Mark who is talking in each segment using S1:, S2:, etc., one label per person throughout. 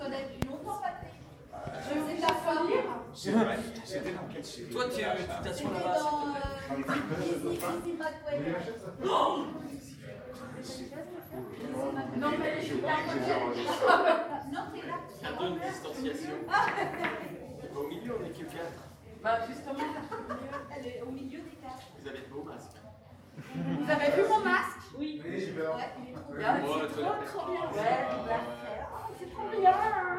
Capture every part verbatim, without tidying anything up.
S1: connais depuis longtemps, Patrick. Je sais ta folie.
S2: C'est vrai. C'était dans quelle série?
S3: Toi, tu t'assois là-bas.
S1: C'était dans Lizzie McGuire. Non, mais je suis pas non, t'es là.
S3: Un peu une distanciation. Au milieu, on est que quatre.
S1: Bah, justement, elle est au milieu des quatre.
S3: Vous avez de beaux masques.
S1: Vous avez vu mon masque? Oui.
S2: Oui, j'ai peur.
S1: Ouais, il est trop bien.
S3: Ouais,
S1: C'est
S3: tu l'as
S1: trop,
S3: fait.
S1: trop bien.
S3: Ouais,
S1: Ouais, il l'a fait. Oh, c'est trop bien.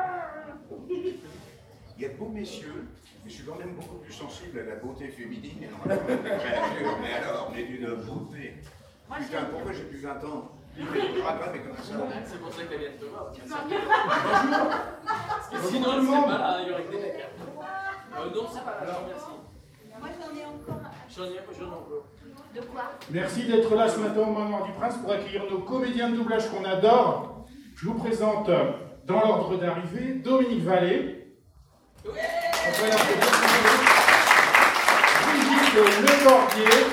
S2: Il y a de beaux messieurs, mais je suis quand même beaucoup plus sensible à la beauté féminine et non à la créature. Mais alors, on est d'une beauté. Putain, pourquoi j'ai plus vingt ans? Il fait du drap mais comme ça.
S3: C'est pour ça qu'elle vient de te voir.
S2: Bonjour.
S3: Parce que sinon, elle serait pas là, il y aurait que des mecs. Euh, non, c'est pas là, je te remercie.
S1: Moi, j'en ai encore.
S3: J'en ai un, j'en ai encore.
S1: De quoi?
S4: Merci d'être là ce matin au Manoir du Prince pour accueillir nos comédiens de doublage qu'on adore. Je vous présente, dans l'ordre d'arrivée, Dominique Vallée.
S3: Ouais.
S4: Après la Brigitte Lecordier.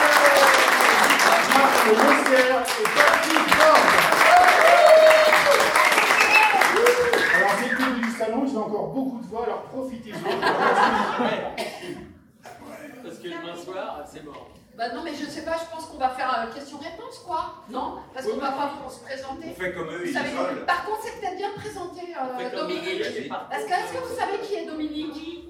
S4: Marc Lessière et Patrick Borde. Alors, c'est le début du salon, j'ai encore beaucoup de voix, alors profitez-en.
S3: Parce que demain soir, c'est mort.
S5: Bah non, mais je sais pas, je pense qu'on va faire euh, question-réponse, quoi. Non? Parce qu'on va pas se présenter.
S2: On fait comme eux,
S5: Vous
S2: ils
S5: savez,
S2: volent.
S5: par contre, c'est peut-être bien de présenter euh,
S3: Fait comme
S5: Dominique.
S3: eux,
S5: Parce que, est-ce que vous savez qui est Dominique?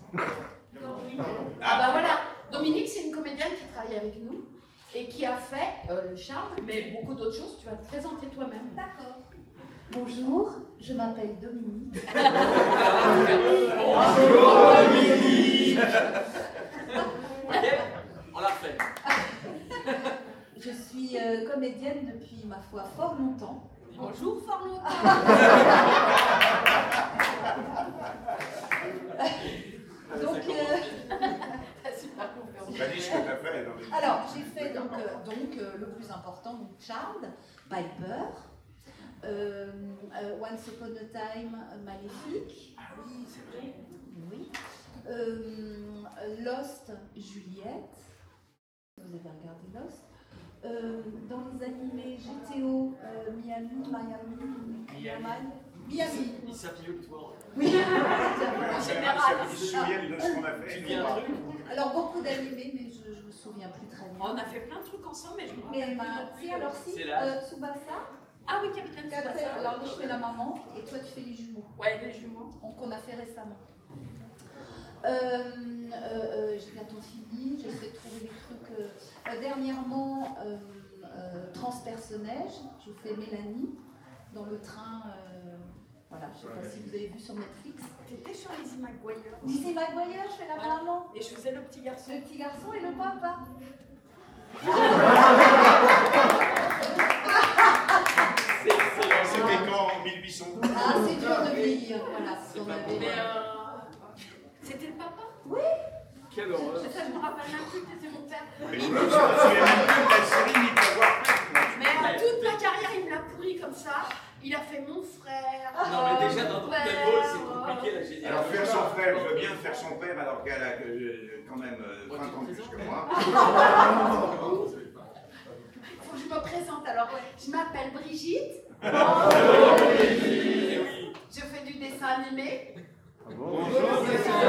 S5: Ah bah voilà, Dominique, c'est une comédienne qui travaille avec nous et qui a fait euh, le charme, mais beaucoup d'autres choses. Tu vas te présenter toi-même.
S1: D'accord. Bonjour, je m'appelle Dominique.
S3: Bonjour Dominique. Ok, on l'a fait.
S1: Je suis euh, comédienne depuis, ma foi, fort longtemps.
S5: Bonjour, fort longtemps.
S1: Donc, euh,
S2: Vas-y, ce que t'as fait. non, mais-
S1: alors, j'ai fait donc, euh, donc euh, le plus important, donc Charles, Piper, euh, euh, Once Upon a Time, Maléfique.
S3: Ah oui, c'est vrai.
S1: Oui. Euh, Lost, Juliette. Vous avez regardé Lost. Euh, dans les animés G T O, euh, Miami, Miami, Miami. Miami.
S3: Il s'appelle le toit.
S1: Oui,
S2: Ouais,
S1: en
S2: c'est
S1: général.
S2: vrai, ils se souviennent de ce qu'on a fait.
S3: Tu viens un truc?
S1: Alors, beaucoup d'animés, mais je ne me souviens plus très bien.
S5: On a fait plein de trucs ensemble, mais je me
S1: Mais
S5: rappelle
S1: ma,
S5: plus.
S1: si, alors si,
S3: C'est là.
S1: euh, Tsubasa.
S5: Ah oui, Capitaine
S1: Après,
S5: Tsubasa.
S1: alors, je fais la maman et toi, tu fais les jumeaux.
S5: Ouais, les jumeaux.
S1: Donc, on a fait récemment. Euh, euh, euh, j'ai bientôt fini, j'essaie de trouver des trucs. Euh, euh, dernièrement, euh, euh, Transpersonnage, je fais Mélanie dans le train. Euh, voilà, je ne sais pas si vous avez vu sur Netflix.
S5: T'étais sur Lizzie McGuire.
S1: Lizzie McGuire, je fais la
S5: Ouais.
S1: maman.
S5: Et je faisais le petit garçon.
S1: Le petit garçon et le papa.
S3: C'est excellent.
S2: C'était quand en mille huit cent douze?
S1: Ah, c'est dur de vieillir. Voilà, si on
S3: pas
S1: avait-
S5: Mais euh, c'était le papa?
S1: Oui,
S3: Quelle horreur.
S5: C'est ça, je me rappelle même plus que c'était mon père.
S2: Mais je me souviens même plus de la série ni de l'avoir faite.
S5: Mais euh, toute ma carrière, il me l'a pourri comme ça. Il a fait mon frère.
S3: Non, mais déjà dans
S5: mon
S3: ton
S5: père,
S3: ball, c'est compliqué la génération.
S2: Alors faire son frère, je veux bien faire son père alors qu'elle a euh, quand même euh,
S3: Moi,
S2: vingt
S3: tu
S2: ans
S3: te
S2: de plus que
S3: présentes?
S2: moi.
S5: Faut que je me présente. Alors, je m'appelle Brigitte.
S3: Eh oui.
S5: Je fais du dessin animé.
S2: Bonjour.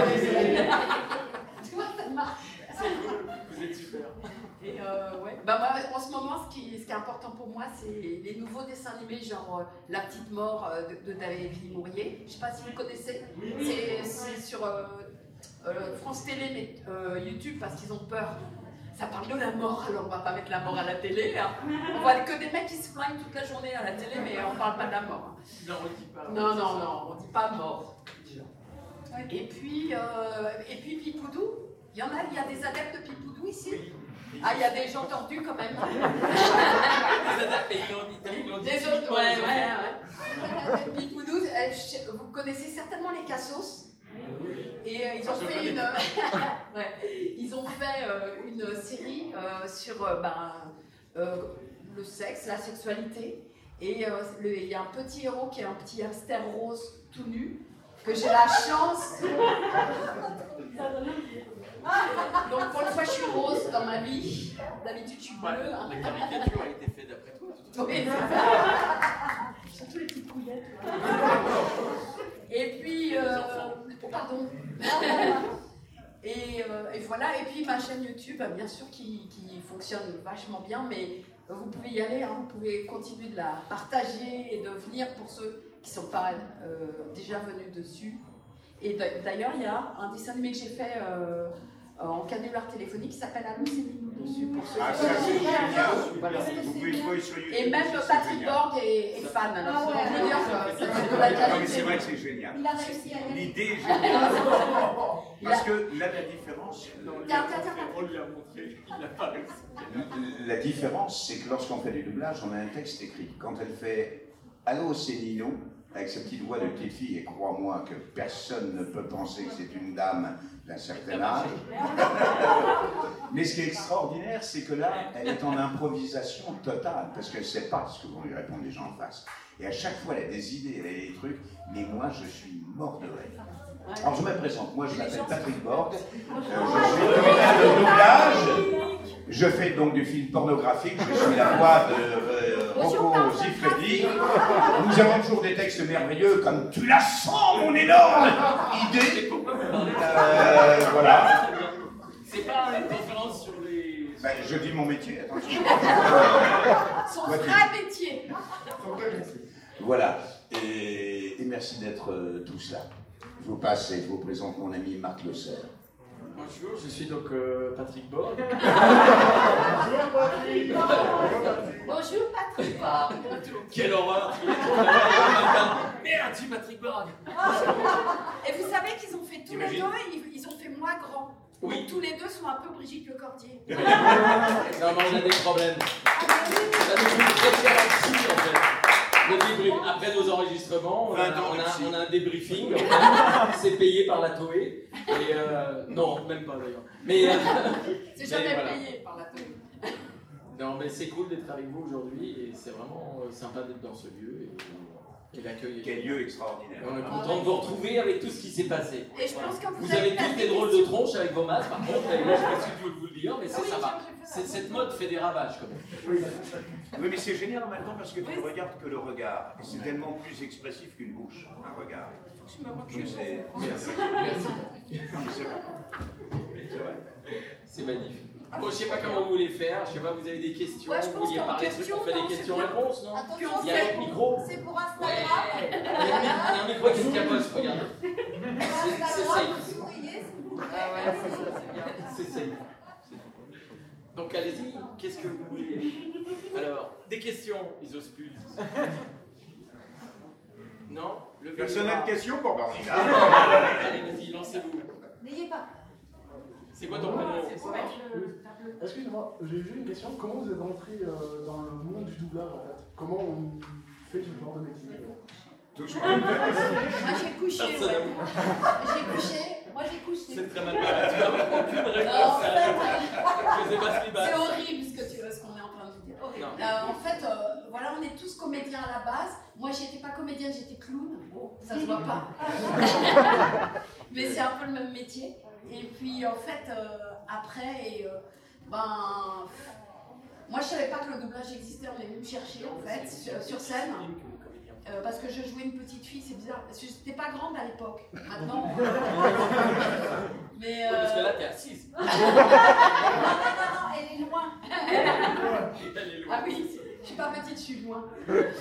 S5: Tu vois, ça marche.
S3: C'est cool, vous êtes super.
S5: Et euh, ouais. Bah moi, en ce moment, ce qui, ce qui est important pour moi, c'est les nouveaux dessins animés, genre euh, La Petite Mort euh, de, de David Mourier. Je sais pas si vous connaissez. C'est c'est sur euh, euh, France Télé, mais euh, YouTube, parce qu'ils ont peur. Ça parle de la mort, alors on va pas mettre la mort à la télé. Hein. On voit que des mecs qui se flinguent toute la journée à la télé, mais on parle pas de la mort. Hein.
S3: Non, on dit pas.
S5: Non, non, non, on dit pas mort. Et puis, euh, et puis Pipoudou, il y en a, il y a des adeptes de Pipoudou ici. Ah, il y a des gens tordus quand même. Des autres, ouais, ouais, ouais. Pipoudou, euh, je- vous connaissez certainement les Cassos. Et euh, ils ont fait une, ouais, ils ont fait euh, une série euh, sur euh, ben, euh, le sexe, la sexualité. Et euh, le- il y a un petit héros qui est un petit hamster rose tout nu, que j'ai la chance. Donc pour une fois, je suis rose dans ma vie. D'habitude, je suis bleue.
S3: Ouais,
S5: Hein.
S3: la caricature a été faite d'après toi.
S5: Oui, c'est ça. Surtout les petites couillettes. Et puis, euh, pardon. et, euh, et voilà, et puis ma chaîne YouTube, bien sûr, qui, qui fonctionne vachement bien, mais vous pouvez y aller, hein, vous pouvez continuer de la partager et de venir pour ceux qui ne sont pas euh, déjà venus dessus. Et d'ailleurs, il y a un dessin animé que j'ai fait euh, en canular téléphonique qui s'appelle Allô, c'est nous dessus. Pour ceux
S2: Ah,
S5: qui
S2: ça c'est génial.
S5: voilà.
S2: Vous pouvez le trouver sur YouTube.
S5: Et même
S2: ça, c'est
S5: Patrick
S2: génial.
S5: Borg est, est fan. Alors,
S1: Ah ouais.
S5: je veux dire que c'est de la
S2: Non, mais
S5: qualité.
S2: c'est vrai que c'est génial.
S1: Il a réussi à y aller.
S2: L'idée est géniale. Parce que là, la différence.
S5: Tiens, tiens, tiens.
S3: On lui a montré, il n'a pas réussi.
S2: La différence, c'est que lorsqu'on fait du doublage, on a un texte écrit. Quand elle fait Allô, c'est Nino, avec sa petite voix de petite fille, et crois-moi que personne ne peut penser que c'est une dame d'un certain âge. Mais ce qui est extraordinaire, c'est que là, elle est en improvisation totale, parce qu'elle ne sait pas ce que vont lui répondre les gens en face. Et à chaque fois, elle a des idées, elle a des trucs, mais moi, je suis mort de rire. Alors, je me présente, moi, je m'appelle Patrick Borg, euh, je suis comédien de doublage, je fais donc du film pornographique, je suis la voix de euh, Rocco Siffredi. Nous avons toujours des textes merveilleux comme « Tu la sens, mon énorme idée !» euh, Voilà.
S3: C'est pas une conférence sur les...
S2: Ben, je dis mon métier, attention.
S5: Son vrai métier.
S2: Voilà, et, et merci d'être euh, tous là. Je vous passe et je vous présente mon ami Marc Le Serre.
S3: Bonjour, je suis donc euh, Patrick Borg.
S5: Bonjour Patrick Borg.
S3: Quelle horreur! Merde, tu es Patrick Borg!
S5: Et vous savez qu'ils ont fait tous les
S3: T'imagines?
S5: deux, ils, ils ont fait moi grand.
S3: Oui.
S5: Donc tous les deux sont un peu Brigitte Lecordier.
S3: Non, mais on a des problèmes. Ça nous coûte très cher en psy, en fait. Le débrief, après nos enregistrements, on a, on a, on a un débriefing, en fait. C'est payé par la Toei. Et euh, non, même pas d'ailleurs. Mais euh,
S5: C'est
S3: mais
S5: jamais
S3: voilà.
S5: payé par la télé.
S3: Non, mais c'est cool d'être avec vous aujourd'hui et c'est vraiment euh, sympa d'être dans ce lieu et, et l'accueil.
S2: Quel lieu extraordinaire.
S3: On est content de vous retrouver avec tout ce qui s'est passé.
S5: Et je pense que vous,
S3: Vous avez tous
S5: passé
S3: des drôles de tronches avec vos masques, par contre, et moi, je sais pas si je peux vous le dire, mais
S5: Ah
S3: c'est
S5: oui,
S3: ça va.
S5: j'ai- j'ai fait
S3: C'est-
S5: ça.
S3: Cette mode fait des ravages quand même.
S2: Oui, mais c'est génial en même temps parce que tu ne regardes que le regard. Et c'est tellement plus expressif qu'une bouche, un regard.
S5: Je me
S2: Donc
S5: recule.
S2: c'est-
S3: Merci. Merci.
S2: Non, mais c'est vrai. C'est vrai.
S3: C'est magnifique. Bon, je sais pas comment vous voulez faire, je sais pas, vous avez des questions,
S5: Ouais, je
S3: vous
S5: pense
S3: vouliez
S5: qu'en
S3: parler de trucs, on fait
S5: question,
S3: des
S5: non,
S3: questions-réponses, non
S5: Attention,
S3: Il y a
S5: c'est-
S3: un micro.
S1: C'est pour
S3: Ouais.
S1: Instagram.
S3: Il y a un micro qui se capote, regarde. C'est c'est
S1: Instagram,
S3: safe.
S1: souriez, s'il vous plaît.
S5: Ah ouais, c'est ça, c'est bien.
S3: C'est safe. Donc allez-y, qu'est-ce que vous voulez? Alors, des questions, Isospul. Non? Le
S2: Personne n'a de questions pour Bernina.
S3: Allez, vas-y, lancez-vous.
S1: N'ayez pas.
S3: C'est quoi ton prénom?
S6: Excusez-moi, j'ai juste une question. Comment vous êtes rentré euh, dans le monde du doublage en fait? Comment on fait ce genre de métier?
S2: Tous.
S1: Moi j'ai couché, ouais.
S3: Personnellement.
S1: J'ai couché. Moi j'ai couché.
S3: C'est très mal barré, tu n'as aucune
S1: Non,
S3: réponse
S1: en
S3: à
S1: fait,
S3: la
S1: euh,
S3: Je sais pas ce qui
S5: C'est
S3: passe.
S5: horrible ce que tu ce qu'on est en train de vous dire. Horrible.
S3: Non.
S5: Euh, en fait, euh, voilà, on est tous comédiens à la base. Moi, j'étais pas comédienne, j'étais clown. Bon, ça se voit pas. Mais c'est un peu le même métier. Et puis, en fait, euh, après, et, euh, ben, moi, je savais pas que le doublage existait. On est venu me chercher, en fait, sur, sur scène. Euh, parce que je jouais une petite fille, c'est bizarre. Parce que j'étais pas grande à l'époque. Maintenant. Mais.
S3: Oui, parce que
S5: euh,
S3: là, t'es assise.
S1: non, non, non, elle est loin.
S3: Elle est loin.
S5: Ah oui, je suis pas petite, je suis loin.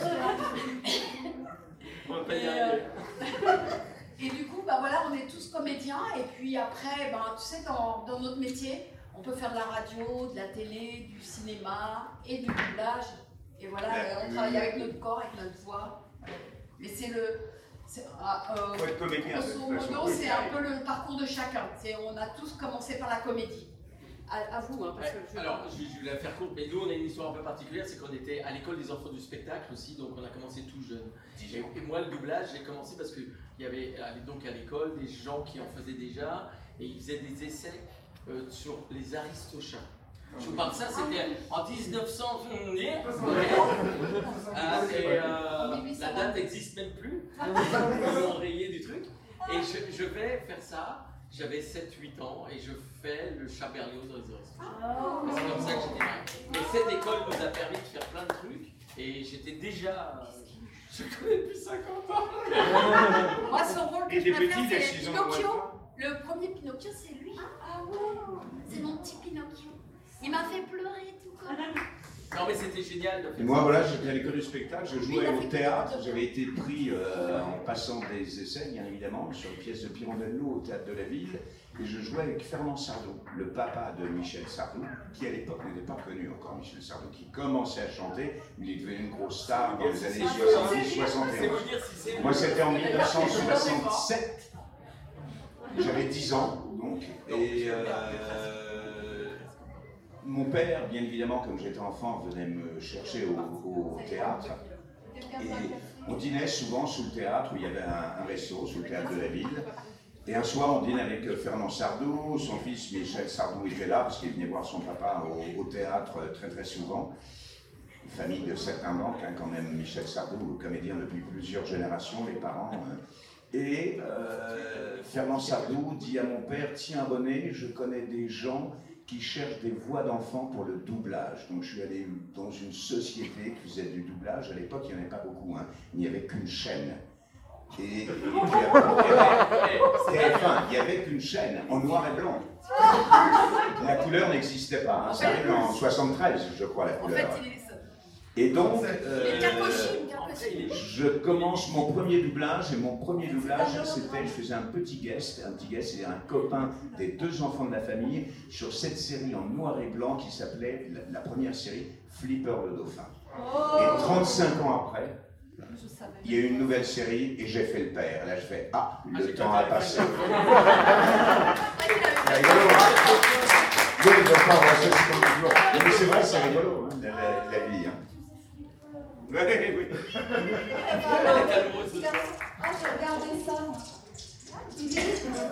S3: On va pas y
S5: Et,
S3: arriver.
S5: euh, et du coup, bah voilà, on est tous comédiens. Et puis après, ben, tu sais, dans, dans notre métier, on peut faire de la radio, de la télé, du cinéma et du doublage. Et voilà, euh, on travaille avec notre corps, avec notre voix. Mais c'est le. c'est, ah, euh,
S2: Faut être comédien, de
S5: grosso
S2: toute façon.
S5: modo, c'est un peu le parcours de chacun. C'est, on a tous commencé par la comédie. À, à vous, hein, parce que
S3: Ouais,
S5: je...
S3: alors, je vais, je vais la faire courte, mais nous, on a une histoire un peu particulière, c'est qu'on était à l'école des enfants du spectacle aussi, donc on a commencé tout jeune. Et, et moi, le doublage, j'ai commencé parce qu'il y avait donc à l'école des gens qui en faisaient déjà, et ils faisaient des essais euh, sur les Aristochats. Je vous parle de ça, c'était en dix-neuf cents. Ah, et, euh, la date n'existe même plus. Ils ont rayé du truc. Et je, je vais faire ça. J'avais sept huit ans et je fais le chat Berlioz dans les Aristochats. C'est comme ça que j'étais là. Et cette école nous a permis de faire plein de trucs. Et j'étais déjà. Je connais depuis cinquante ans.
S5: Moi, son rôle que
S7: Il
S5: je
S7: était petit, il a
S5: préfère,
S7: six
S5: c'est
S7: ans.
S5: Pinocchio. Le premier Pinocchio, c'est lui. Ah ouais. C'est mon petit Pinocchio. Il m'a fait pleurer tout comme.
S3: Non, mais c'était génial de faire
S2: Et moi,
S3: ça.
S2: voilà, j'étais à l'école du spectacle, je jouais
S5: Il a
S2: au
S5: fait
S2: théâtre,
S5: quelque chose.
S2: j'avais été pris euh, en passant des essais, bien évidemment, sur une pièce de Pirandello au théâtre de la ville, et je jouais avec Fernand Sardou, le papa de Michel Sardou, qui à l'époque n'était pas connu encore, Michel Sardou, qui commençait à chanter, il est devenu une grosse star dans les années soixante-dix soixante et
S3: C'est
S2: onze.
S3: vous dire si c'est.
S2: Moi, c'était en mille neuf cent soixante-sept, j'avais dix ans, donc, et euh, mon père, bien évidemment, comme j'étais enfant, venait me chercher au, au théâtre. Et on dînait souvent sous le théâtre, où il y avait un, un resto, sous le théâtre de la ville. Et un soir, on dîne avec Fernand Sardou, son fils Michel Sardou était là, parce qu'il venait voir son papa au, au théâtre très très souvent. Une famille de certains banques, hein, quand même, Michel Sardou, comédien depuis plusieurs générations, les parents. Hein. Et euh, Fernand Sardou dit à mon père, tiens René, je connais des gens qui cherchent des voix d'enfants pour le doublage. Donc je suis allé dans une société qui faisait du doublage. À l'époque, il n'y en avait pas beaucoup, hein. Il n'y avait qu'une chaîne. Et, et puis après, il y avait T F un, il n'y avait qu'une chaîne, en noir et blanc. La couleur n'existait pas. Hein. Ça arrive en soixante-treize, je crois, la
S5: En
S2: couleur.
S5: fait, il est.
S2: Et donc,
S5: Il
S2: euh,
S5: est Kaposhi, Kaposhi.
S2: je commence mon premier doublage, et mon premier doublage, c'était, je faisais un petit guest, un petit guest, c'est un copain des deux enfants de la famille, sur cette série en noir et blanc qui s'appelait, la, la première série, Flipper le Dauphin. Et trente-cinq ans après, il y a eu une nouvelle série, et j'ai fait le père. Là, je fais, ah, le temps a passé. C'est rigolo, hein. Oui, il ne doit pas avoir ça, c'est comme toujours. Mais c'est vrai, c'est rigolo, hein, la, la, la vie. Hein. Oui, oui.
S3: Elle est amoureuse de ça.
S1: Ah, j'ai regardé ça. Il est-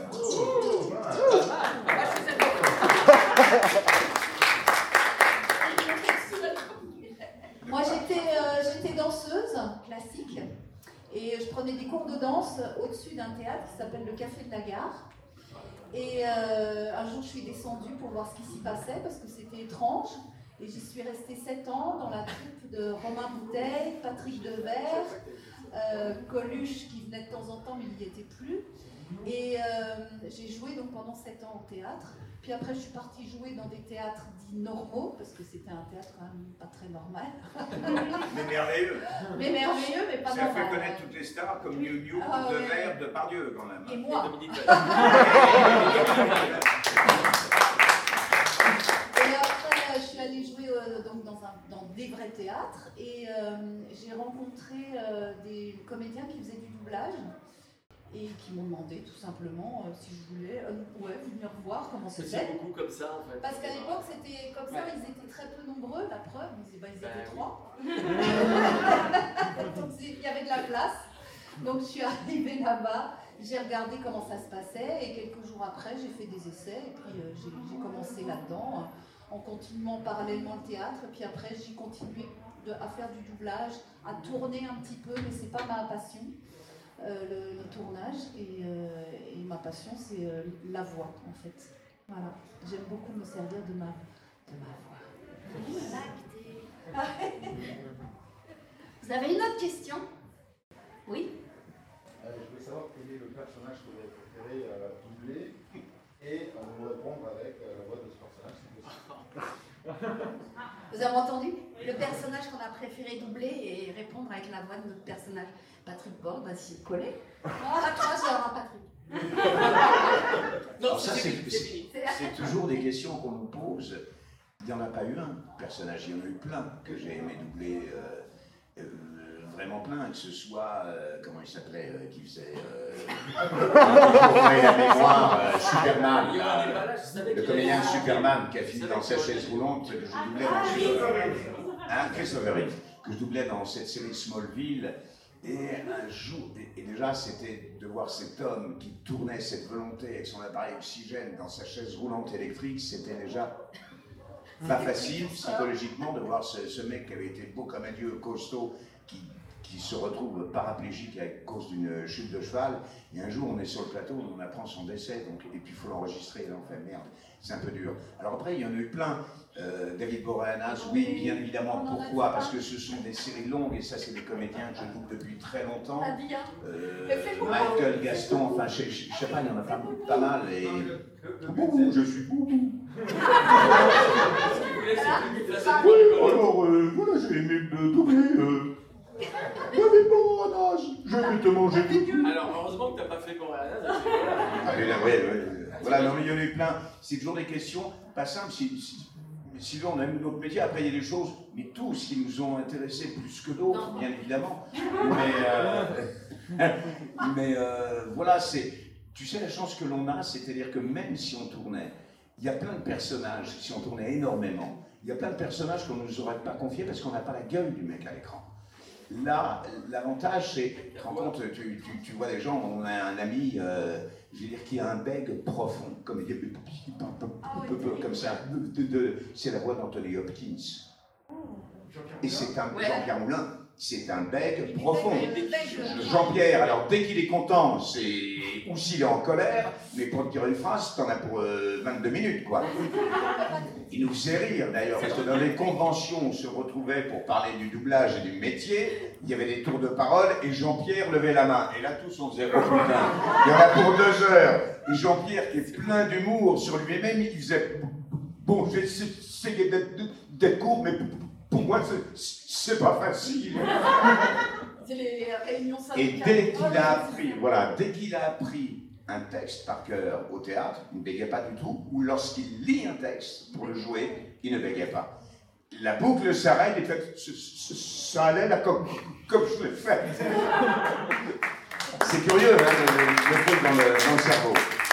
S1: Moi, j'étais euh, j'étais danseuse classique et je prenais des cours de danse au-dessus d'un théâtre qui s'appelle le Café de la Gare. Et euh, un jour, je suis descendue pour voir ce qui s'y passait parce que c'était étrange. Et j'y suis restée sept ans dans la troupe de Romain Bouteille, Patrick Devers, euh, Coluche qui venait de temps en temps mais il n'y était plus. Et euh, j'ai joué donc pendant sept ans au théâtre. Puis après je suis partie jouer dans des théâtres dits normaux, parce que c'était un théâtre quand même pas très normal.
S2: Mais merveilleux.
S1: Mais merveilleux, mais pas
S2: Ça
S1: normal.
S2: fait connaître toutes les stars comme Miu Miu,
S1: Ah,
S2: de
S1: ouais.
S2: Verre, de Pardieu quand même.
S1: Et moi.
S3: Dominique
S1: Et après, je suis allée jouer euh, donc dans, un, dans des vrais théâtres et euh, j'ai rencontré euh, des comédiens qui faisaient du doublage et qui m'ont demandé tout simplement euh, si je voulais euh, ouais, venir voir comment
S3: C'est
S1: c'était.
S3: beaucoup comme ça en fait.
S1: Parce qu'à l'époque, c'était comme ça,
S3: Ouais.
S1: ils étaient très peu nombreux, la preuve, ils, bah, ils étaient
S3: Bah,
S1: trois. Donc il y avait de la place. Donc je suis arrivée là-bas, j'ai regardé comment ça se passait et quelques jours après, j'ai fait des essais et puis euh, j'ai j'ai commencé là-dedans euh, en continuant parallèlement le théâtre. Et puis après, j'ai continué de, à faire du doublage, à tourner un petit peu, mais c'est pas ma passion. Euh, le, le tournage et, euh, et ma passion c'est euh, la voix en fait. Voilà, j'aime beaucoup me servir de ma, de ma voix.
S5: Vous avez une autre question? Oui?
S8: Euh, je voulais savoir quel est le personnage que vous avez préféré euh, doubler et euh, nous répondre avec euh, la voix de ce personnage si possible.
S5: Vous avez entendu? Le personnage qu'on a préféré doubler et répondre avec la voix de notre personnage. Patrick Borg va s'y coller. Ah, toi, c'est un Patrick.
S3: Non,
S2: Alors ça,
S3: c'est
S2: c'est
S3: fini, c'est fini.
S2: c'est toujours des questions qu'on nous pose. Il n'y en a pas eu un personnage, il y en a eu plein que j'ai aimé doubler, euh, euh, vraiment plein, que ce soit, euh, comment il s'appelait, euh, qui faisait, euh, pour la mémoire, euh, Superman,
S3: Il y
S2: là,
S3: aura des balades, je savais
S2: le
S3: qu'il
S2: comédien de
S3: allait-
S2: Superman qui a fini dans sa chaise roulante, que je doublais dans hein, Christopher Reeve, que je doublais dans cette série Smallville. Et un jour, et, et déjà c'était de voir cet homme qui tournait cette volonté avec son appareil oxygène dans sa chaise roulante électrique, c'était déjà pas facile psychologiquement de voir ce, ce mec qui avait été beau comme un dieu, costaud, qui, qui se retrouve paraplégique à cause d'une chute de cheval, et un jour on est sur le plateau, on apprend son décès, donc, et puis il faut l'enregistrer, là on fait merde, c'est un peu dur. Alors après il y en a eu plein, euh, David Boreanaz, oui bien évidemment, pourquoi? Parce que ce sont des séries longues, et ça c'est des comédiens que je double depuis très longtemps. Euh, Michael Gaston, enfin je, je, je sais pas, il y en a pas, pas mal, et... Boubou, je suis Boubou. Oui, alors euh, voilà, j'ai aimé me doubler. Euh, David Boreanaz, je vais te manger tout.
S3: Alors, heureusement que tu n'as pas fait Boreanaz.
S2: Ah, oui, oui, oui. Voilà, non, mais il y en a eu plein. C'est toujours des questions pas simples. Si, si, sinon, on aime notre métier. Après, il y a des choses, mais tous qui nous ont intéressés plus que d'autres, bien évidemment. Mais, euh, mais euh, voilà, c'est. Tu sais, la chance que l'on a, c'est-à-dire que même si on tournait, il y a plein de personnages, si on tournait énormément, il y a plein de personnages qu'on ne nous aurait pas confiés parce qu'on n'a pas la gueule du mec à l'écran. Là, l'avantage, c'est, tu te rends compte, tu, tu, tu vois des gens, on a un ami, euh, je veux dire, qui a un bègue profond, comme il est comme ça, de, de, de, c'est la voix d'Anthony Hopkins. Et c'est un, Jean-Pierre Moulin, c'est un bègue profond. Jean-Pierre, alors dès qu'il est content, c'est ou s'il est en colère, mais pour dire une phrase, t'en as pour euh, vingt-deux minutes, quoi. Il nous faisait rire, d'ailleurs, parce que dans les conventions, on se retrouvait pour parler du doublage et du métier, il y avait des tours de parole, et Jean-Pierre levait la main. Et là, tous, on faisait, oh putain, il y en a pour deux heures. Et Jean-Pierre, qui est plein d'humour sur lui-même, il faisait, bon, j'essaie d'être court, mais pour moi, c'est pas facile.
S5: Les réunions
S2: et dès qu'il a appris, voilà, dès qu'il a appris un texte par cœur au théâtre, il ne bégayait pas du tout, ou lorsqu'il lit un texte pour le jouer, il ne bégayait pas. La boucle s'arrête et fait, ça allait là comme, comme je l'ai fait. C'est curieux, hein, le, le truc dans le, dans le cerveau.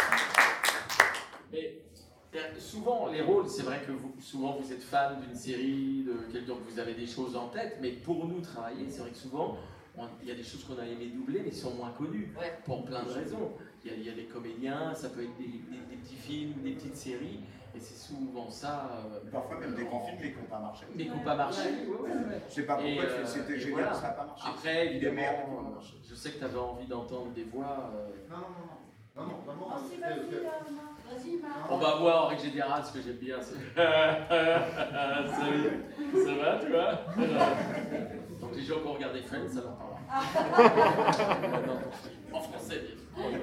S3: Mais souvent, les rôles, c'est vrai que vous, souvent vous êtes fan d'une série, de quelqu'un que vous avez des choses en tête, mais pour nous travailler, c'est vrai que souvent, il y a des choses qu'on a aimé doubler, mais qui sont moins connues, ouais. Pour plein de raisons. Il y, a, il y a des comédiens, ça peut être des, des, des petits films, des petites séries, et c'est souvent ça. Euh,
S2: Parfois même des grands films, mais qui n'ont pas marché.
S3: Mais qui n'ont pas marché, ouais, ouais, ouais.
S2: Je sais pas pourquoi, euh, c'était génial, voilà. Ça n'a pas marché.
S3: Après, évidemment, je sais que tu avais envie d'entendre des voix. Euh...
S8: Non, non, non. Non, non, vraiment.
S1: Oh, si, vas-y, vas-y, Marc.
S3: On va voir en règle générale, ce que j'aime bien, c'est. Salut, ça va, tu vois? Donc les gens qui ont regardé Friends, ça leur parlera. En français, bien.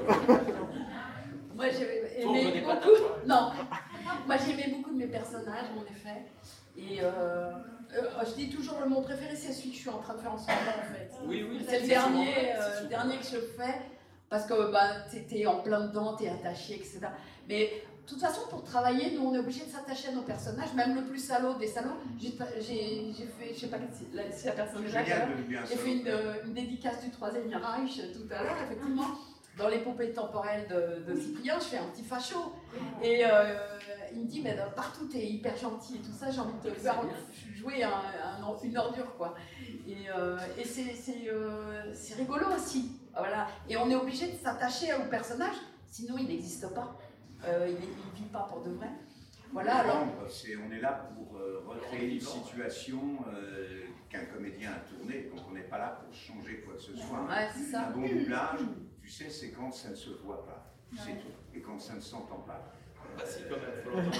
S5: Moi, j'ai aimé beaucoup. Non. Moi, j'ai aimé beaucoup de mes personnages, en effet. Et euh, euh, je dis toujours, le mon préféré, c'est celui que je suis en train de faire en ce moment, en fait.
S3: Oui, oui.
S5: C'est le dernier, euh, dernier que je fais. Parce que bah, t'es en plein dedans, t'es attaché, et cetera. Mais de toute façon, pour travailler, nous, on est obligé de s'attacher à nos personnages, même le plus salaud des salauds. J'ai fait, je sais pas si la, si la personne est là, j'ai fait une, une dédicace du Troisième Reich tout à l'heure, effectivement. Dans l'épopée temporelle de, de Cyprien, je fais un petit facho. Et euh, il me dit, mais partout, t'es hyper gentil et tout ça, j'ai envie de te faire jouer un, un, une ordure, quoi. Et, euh, et c'est euh, rigolo aussi. Voilà. Et on est obligé de s'attacher au personnage, sinon il n'existe pas. Euh, il ne vit pas pour de vrai. Voilà, alors...
S2: Est, on est là pour euh, recréer une situation euh, qu'un comédien a tournée, donc on n'est pas là pour changer quoi que ce soit.
S5: Ouais, c'est ça.
S2: Un bon doublage, tu sais, c'est quand ça ne se voit pas, c'est tout, et quand ça ne s'entend pas.
S3: Bah si, quand même, faut l'entendre.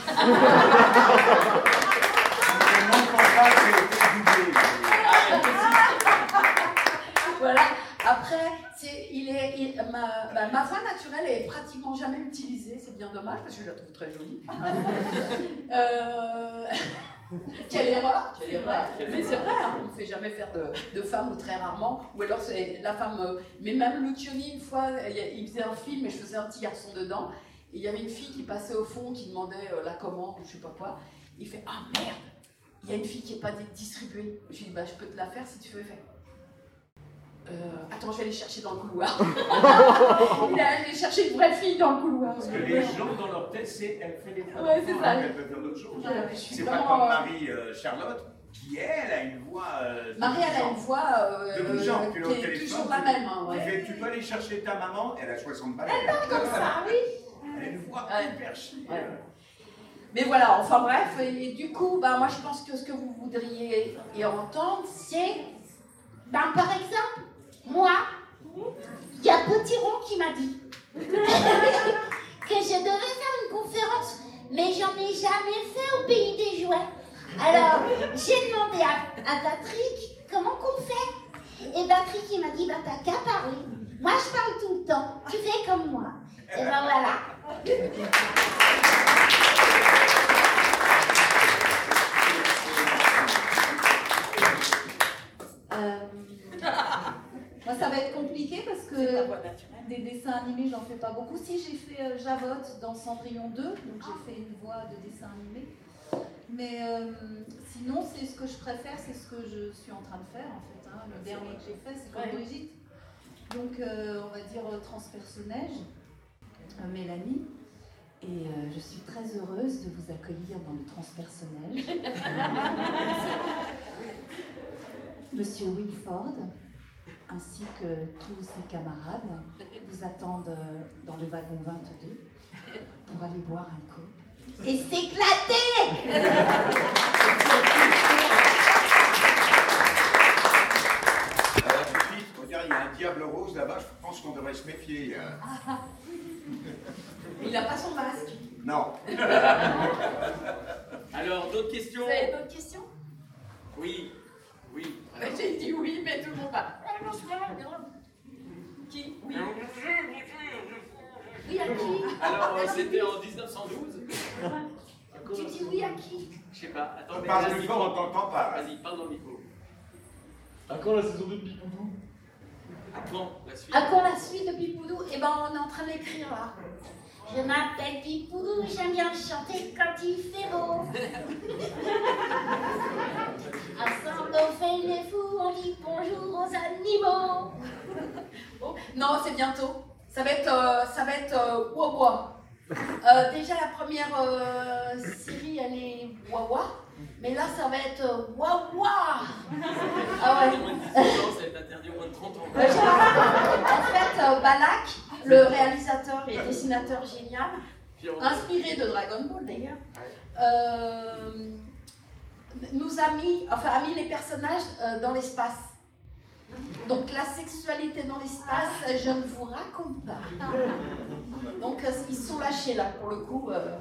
S2: Je ne m'entends pas, j'ai été doublé.
S5: Voilà. Après, il est, il, ma, bah, ma voix naturelle est pratiquement jamais utilisée, c'est bien dommage parce que je la trouve très jolie. euh... Quelle erreur, quelle erreur. Mais c'est vrai, hein, on ne fait jamais faire de, de femme ou très rarement. Ou alors c'est la femme. Euh, mais même Lucioni, une fois, il faisait un film et je faisais un petit garçon dedans. Et il y avait une fille qui passait au fond qui demandait euh, la commande ou je sais pas quoi. Il fait ah merde, il y a une fille qui n'est pas distribuée. Je lui dis bah je peux te la faire si tu veux faire. Euh, attends, je vais aller chercher dans le couloir. Il est allé chercher une vraie fille dans le couloir.
S2: Parce que les gens dans leur tête, c'est elle fait des fois.
S5: Ouais, c'est ça.
S2: Elle peut faire d'autres choses.
S5: Ouais,
S2: c'est pas comme Marie-Charlotte euh, qui, elle, a une voix. Euh,
S5: Marie, elle a une voix euh,
S2: de gens,
S5: euh, qui est toujours la même. Hein, ouais.
S2: Fait, tu peux aller chercher ta maman, elle a soixante balles.
S5: Elle parle comme ça, oui.
S2: Elle a une voix
S5: ouais.
S2: hyper chic.
S5: Ouais. Mais voilà, enfin bref, et du coup, bah, moi je pense que ce que vous voudriez y entendre, c'est
S7: Ben, par exemple, moi, il y a Petit Rond qui m'a dit que je devais faire une conférence, mais j'en ai jamais fait au pays des jouets. Alors, j'ai demandé à, à Patrick comment qu'on fait. Et Patrick, il m'a dit, bah t'as qu'à parler. Moi, je parle tout le temps. Tu fais comme moi. Et ben voilà.
S1: Euh, moi, ça va être compliqué parce que des dessins animés, j'en fais pas beaucoup. Si, j'ai fait euh, Javotte dans Cendrillon deux, donc j'ai fait une voix de dessin animé. Mais euh, sinon, c'est ce que je préfère, c'est ce que je suis en train de faire en fait. Hein. Le dernier que j'ai fait, c'est comme Brigitte. Donc, euh, on va dire euh, transpersonnage, euh, Mélanie. Et euh, je suis très heureuse de vous accueillir dans le transpersonnage. Monsieur Wilford, ainsi que tous ses camarades, vous attendent dans le wagon vingt-deux pour aller boire un coup et s'éclater.
S2: Alors, tout de suite, faut dire, il y a un diable rose là-bas, je pense qu'on devrait se méfier. Hein.
S5: Il n'a pas son masque.
S2: Non.
S3: Alors, d'autres questions?
S5: Vous avez d'autres questions?
S3: Oui. Oui.
S5: Bah, j'ai dit oui, mais tout le monde va. Qui? Oui.
S7: Oui, à qui?
S3: Alors, euh, c'était en mille neuf cent douze.
S7: Tu dis oui à qui?
S3: Je sais pas. Attends,
S2: On
S3: mais
S2: parle
S3: vas-y,
S2: plus fort, on t'entend pas.
S3: Vas-y, parle dans le micro.
S6: À quand la saison deux de Pipoudou?
S3: À quand la suite?
S7: À quand la suite de Pipoudou? Eh ben, on est en train d'écrire là. Je m'appelle Pipoudou, j'aime bien chanter quand il fait beau. Ensemble on fait les fous, on dit bonjour aux animaux.
S5: Oh, non, c'est bientôt. Ça va être, euh, ça va être euh, Wawa. Euh, déjà, la première euh, série, elle est Wawa. Mais là, ça va être euh, Wawa. Ah ouais.
S3: Moins de dix-sept ans, ça va être interdit au moins de trente ans.
S5: Euh, en fait, euh, Balak, le réalisateur et dessinateur génial, inspiré de Dragon Ball d'ailleurs, euh, nous a mis, enfin, a mis les personnages euh, dans l'espace. Donc la sexualité dans l'espace, je ne vous raconte pas. Donc euh, ils sont lâchés là, pour le coup, euh,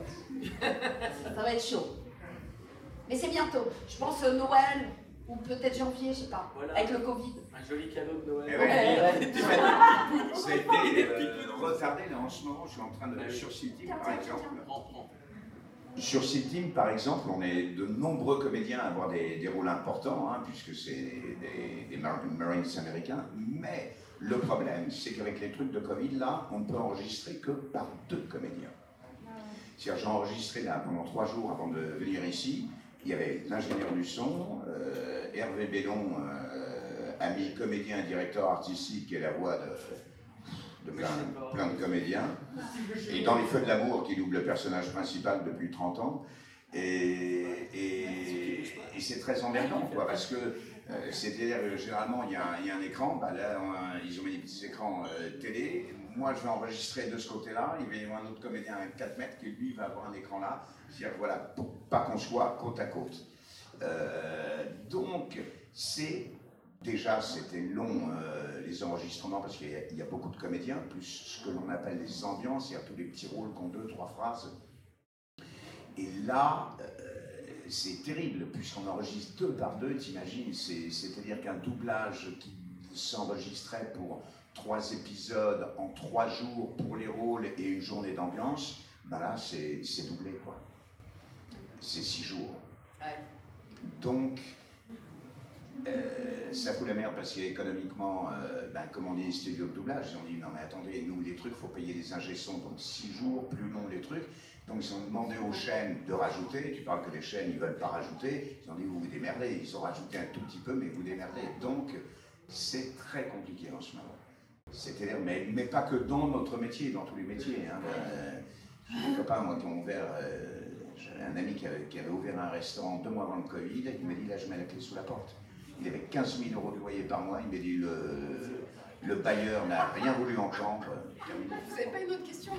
S5: ça va être chaud. Mais c'est bientôt, je pense euh, Noël, ou peut-être janvier, je sais pas,
S3: Voilà.
S5: avec le Covid.
S3: Un joli cadeau de Noël.
S2: Eh
S5: Ouais,
S2: ouais. Ça a été euh, retardé là en ce moment, je suis en train de... Sur City, par exemple.
S3: Prends, prends.
S2: Sur Team, par exemple, on est de nombreux comédiens à avoir des, des rôles importants, hein, puisque c'est des, des Marines américains. Mais le problème, c'est qu'avec les trucs de Covid, là, on ne peut enregistrer que par deux comédiens. C'est-à-dire, j'ai enregistré là pendant trois jours avant de venir ici. Il y avait l'ingénieur du son, euh, Hervé Bellon, euh, ami comédien et directeur artistique, qui est la voix de... de plein, plein de comédiens, et dans Les Feux de l'amour, qui double le personnage principal depuis trente ans, et, et, et c'est très emmerdant, quoi, parce que, euh, c'est-à-dire, généralement, il y, a, il y a un écran, bah là, on, ils ont mis des petits écrans euh, télé, moi je vais enregistrer de ce côté-là, il va y avoir un autre comédien à quatre mètres qui, lui, va avoir un écran là, c'est-à-dire, voilà, pour pas qu'on soit côte à côte. Euh, donc, c'est... Déjà, c'était long, euh, les enregistrements, parce qu'il y, y a beaucoup de comédiens, plus ce que l'on appelle les ambiances, c'est-à-dire tous les petits rôles qui ont deux, trois phrases. Et là, euh, c'est terrible, puisqu'on enregistre deux par deux, t'imagines, c'est-à-dire qu'un doublage qui s'enregistrait pour trois épisodes en trois jours pour les rôles et une journée d'ambiance, ben là, c'est doublé, quoi. C'est six jours. Donc... Euh, ça fout la merde parce qu'économiquement, euh, ben, comme on dit les studios de doublage, ils ont dit non mais attendez, nous les trucs, il faut payer les ingé-sons, donc six jours, plus long les trucs. Donc ils ont demandé aux chaînes de rajouter, tu parles que les chaînes ils veulent pas rajouter, ils ont dit vous vous démerdez, ils ont rajouté un tout petit peu mais vous démerdez. Donc c'est très compliqué en ce moment. C'est-à-dire, mais, mais pas que dans notre métier, dans tous les métiers. Hein. Euh, j'ai des copains moi qui ont ouvert, euh, j'avais un ami qui avait, qui avait ouvert un restaurant deux mois avant le Covid, il m'a dit là je mets la clé sous la porte. Il avait quinze mille euros de loyer par mois, il m'a dit le, le bailleur n'a rien voulu entendre.
S5: Vous n'avez pas une autre question?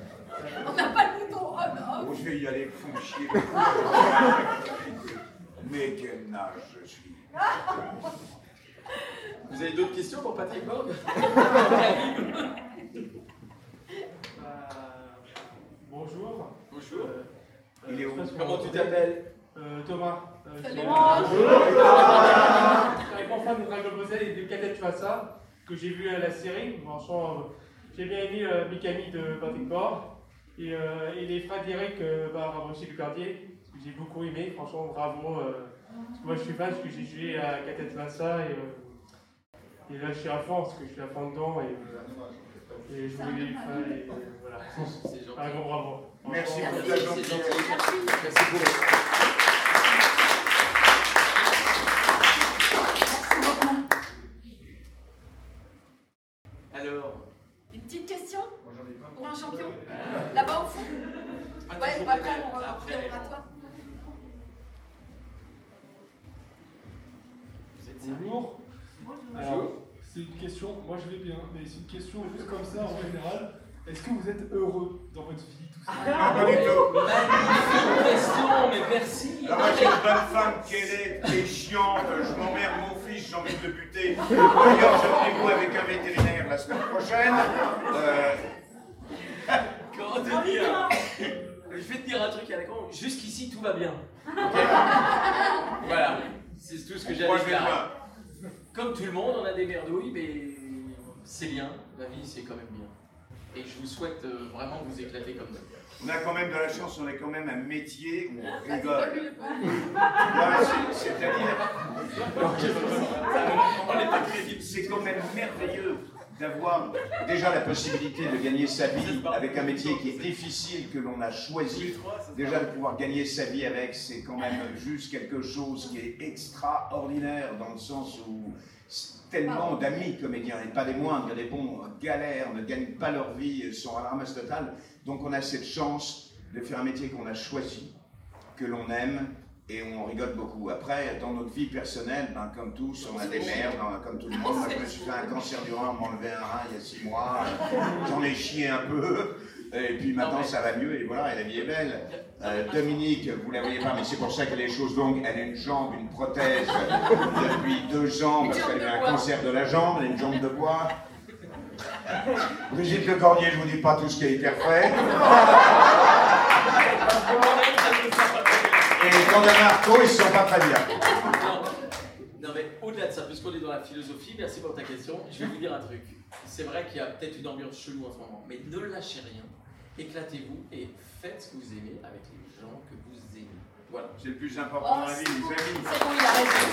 S5: On n'a pas le bouton on off.
S2: Oh, je vais y aller, fou chier. Mais quel nage je suis.
S3: Vous avez d'autres questions pour Patrick Borg?
S9: Euh, bonjour.
S3: Bonjour.
S9: Euh,
S2: Il est où?
S3: Comment tu t'appelles?
S9: euh, Thomas. Euh,
S5: Salut.
S9: je suis un grand fan de Dragon Ball Z et de Cadet Tuasa, que j'ai vu à la série. Franchement, euh, j'ai bien aimé euh, Mikami de Patrick Borg et, euh, et les frères d'Eric euh, par Rocher du Cartier, que j'ai beaucoup aimé. Franchement, bravo. Euh, parce que moi, je suis fan parce que j'ai joué à Cadet Tuasa et, euh, et là, je suis à fond parce que je suis à fond dedans et, euh, et je voulais les faire et euh, voilà.
S3: C'est gentil.
S9: Un grand bravo.
S2: Merci
S9: Franchement,
S2: pour ta
S3: C'est
S2: gentillesse.
S3: gentil. Merci beaucoup. Alors,
S5: Une petite question
S8: Moi j'en ai pas.
S5: pour un champion? Là-bas au fond?
S3: ah,
S5: Ouais,
S3: toujours
S5: après
S3: peut-être.
S5: on va
S3: Après,
S5: après, on va à toi.
S3: vous êtes sérieux?
S10: Bonjour. Alors, c'est une question, moi je vais bien, mais c'est une question juste comme ça en général. Est-ce que vous êtes heureux dans votre vie, tout ça?
S2: Non, pas du tout.
S3: Magnifique question, mais merci.
S2: Ah, moi, j'ai une bonne femme qu'elle est, qui est chiante, je m'emmerde mon fils, j'ai envie de le buter. D'ailleurs, j'ai rendez-vous avec un vétérinaire la semaine prochaine. Euh,
S3: Comment te dire? Je vais te dire un truc à la con. Jusqu'ici, tout va bien. Ok. Voilà. C'est tout ce que
S2: on
S3: j'avais
S2: croise les
S3: faire.
S2: doigts.
S3: Comme tout le monde, on a des merdouilles, mais c'est bien. La vie, c'est quand même bien. Et je vous souhaite euh, vraiment vous éclater comme ça.
S2: On a quand même de la chance, on a quand même un métier où on
S5: Ah, c'est pas
S2: rigole.
S5: lui, le pauvre.
S2: Ouais, c'est- C'est-à-dire,
S3: On n'est pas crédible.
S2: c'est quand même merveilleux d'avoir déjà la possibilité de gagner sa vie avec un métier qui est difficile, que l'on a choisi. Déjà de pouvoir gagner sa vie avec, c'est quand même juste quelque chose qui est extraordinaire dans le sens où tellement d'amis comédiens, et pas des moindres, des bons, galèrent, ne gagnent pas leur vie, sont à la ramasse totale. Donc on a cette chance de faire un métier qu'on a choisi, que l'on aime, et on rigole beaucoup. Après, dans notre vie personnelle, ben, comme tous, on a des merdes, hein, comme tout le monde. Moi, je me suis fait un cancer du rein, on m'a enlevé un rein il y a six mois, j'en ai chié un peu. Et puis maintenant ça va mieux et voilà, et la vie est belle. Euh, Dominique, vous ne la voyez pas, mais c'est pour ça qu'elle a les choses longues. Elle a une jambe, une prothèse depuis deux ans parce qu'elle a eu un cancer de la jambe, elle a une jambe de bois. Brigitte Le Cordier, je vous dis pas tout ce qui a été refait. Et quand on a Marco, ils ne sont pas très bien.
S3: Non, non mais au-delà de ça, puisqu'on est dans la philosophie, merci pour ta question, je vais vous dire un truc. C'est vrai qu'il y a peut-être une ambiance chelou en ce moment, mais ne lâchez rien, éclatez-vous et faites ce que vous aimez avec les gens que vous aimez. Voilà.
S2: C'est le plus important dans la vie,
S5: c'est
S2: les
S5: bon,
S2: amis.
S5: c'est bon, il a raison.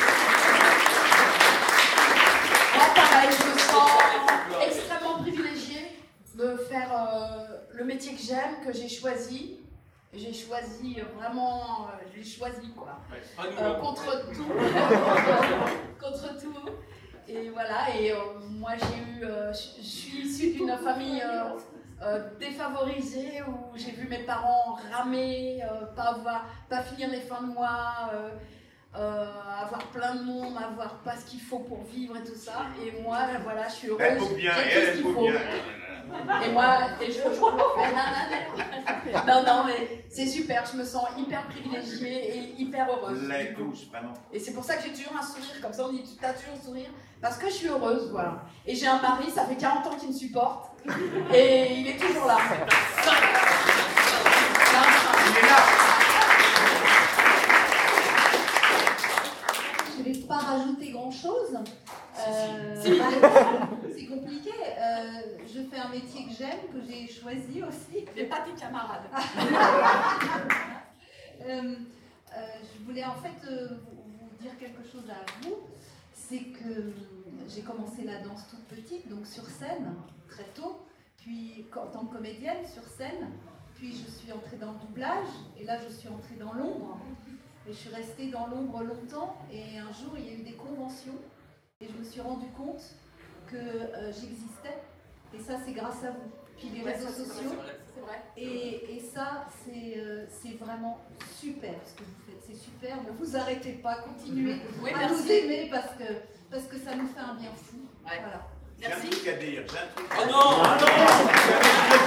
S5: Moi, pareil, je me sens extrêmement privilégiée de faire euh, le métier que j'aime, que j'ai choisi. J'ai choisi euh, vraiment, euh, j'ai choisi quoi.
S3: Ouais. Ah, nous,
S5: Euh,
S3: on-
S5: contre tout. Contre tout. Et voilà, et euh, moi j'ai eu, euh, je je suis issue d'une famille euh, euh, défavorisée où j'ai vu mes parents ramer, euh, pas avoir, pas finir les fins de mois, euh, euh, avoir plein de monde, avoir pas ce qu'il faut pour vivre et tout ça. Et moi, voilà, je suis heureuse.
S2: Elle faut bien,
S5: j'ai
S2: et
S5: tout ce
S2: elle
S5: qu'il
S2: faut
S5: faut.
S2: bien.
S5: Et moi, et je toujours le fais. Non, non, mais c'est super, je me sens hyper privilégiée et hyper heureuse.
S2: Les tous, vraiment.
S5: Et c'est pour ça que j'ai toujours un sourire, comme ça on dit tu as toujours un sourire, parce que je suis heureuse, voilà. Et j'ai un mari, ça fait quarante ans qu'il me supporte, et il est toujours là.
S2: Il est là.
S1: Je ne vais pas rajouter grand-chose. Euh,
S5: Si.
S1: c'est compliqué. Euh, je fais un métier que j'aime, que j'ai choisi aussi.
S5: Mais pas tes camarades.
S1: Euh, euh, je voulais en fait euh, vous, vous dire quelque chose à vous. C'est que euh, j'ai commencé la danse toute petite, donc sur scène, très tôt. Puis en tant que comédienne, sur scène. Puis je suis entrée dans le doublage. Et là, je suis entrée dans l'ombre. Et je suis restée dans l'ombre longtemps. Et un jour, il y a eu des conventions. Et je me suis rendu compte que euh, j'existais. Et ça, c'est grâce à vous. Puis les
S5: Ouais,
S1: réseaux
S5: ça, c'est
S1: sociaux.
S5: vrai, c'est vrai.
S1: Et, et ça, c'est euh, c'est vraiment super ce que vous faites. C'est super. Ne vous arrêtez pas. Continuez
S5: Oui,
S1: à
S5: merci.
S1: nous aimer parce que, parce que ça nous fait un bien fou.
S5: Ouais.
S1: Voilà.
S2: J'ai un
S5: Merci.
S2: truc à dire, j'ai un truc à
S3: Oh
S2: dire.
S3: non,
S2: Ah non,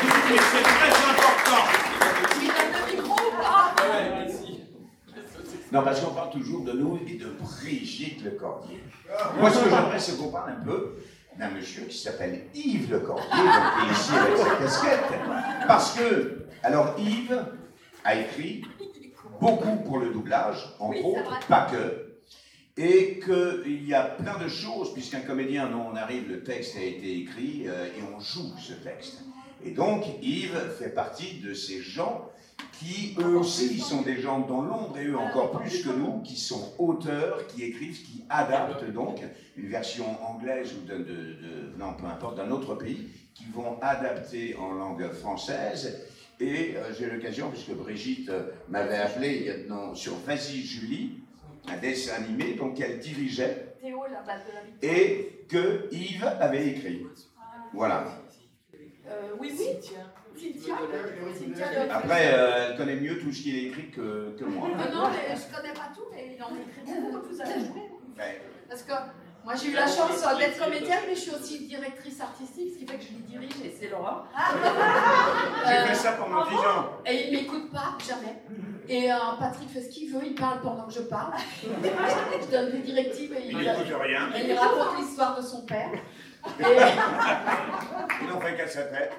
S2: c'est très important.
S5: Tu lui donnes le micro ou pas?
S3: Ouais, merci.
S2: Non, parce qu'on parle toujours de nous et de Brigitte Lecordier. Moi, ce que j'aimerais, c'est qu'on parle un peu d'un monsieur qui s'appelle Yves Lecordier, donc qui est ici avec sa casquette. Parce que, alors Yves a écrit beaucoup pour le doublage, entre
S5: Oui,
S2: autres, pas que. Et qu'il y a plein de choses, puisqu'un comédien, nous on arrive, le texte a été écrit euh, et on joue ce texte. Et donc Yves fait partie de ces gens qui, eux aussi, sont des gens dans l'ombre, et eux encore plus que nous, qui sont auteurs, qui écrivent, qui adaptent donc une version anglaise ou de, de, de non, peu importe, d'un autre pays, qui vont adapter en langue française. Et euh, j'ai l'occasion, puisque Brigitte euh, m'avait appelé il y a, non, sur Vas-y Julie, un dessin animé donc qu'elle dirigeait
S5: Théo, la balle de la victoire.
S2: et que Yves avait écrit. Voilà.
S5: Euh, oui, oui. Cynthia. Cynthia de-
S2: Après, euh, elle connaît mieux tout ce qu'il a écrit que, que moi.
S5: Ah non, mais je connais pas tout, mais il en écrit beaucoup, vous avez joué.
S2: Ouais.
S5: Parce que moi j'ai eu la chance euh, d'être comédienne, mais je suis aussi directrice artistique, ce qui fait que je les dirige et c'est l'horreur.
S2: J'ai fait ça pendant dix ans.
S5: Et il m'écoute pas, jamais. Et euh, Patrick fait ce qu'il veut, il parle pendant que je parle. Je donne des directives et il,
S2: Il n'écoute rien.
S5: et il raconte l'histoire de son père. Et,
S2: Il n'en fait qu'à sa tête.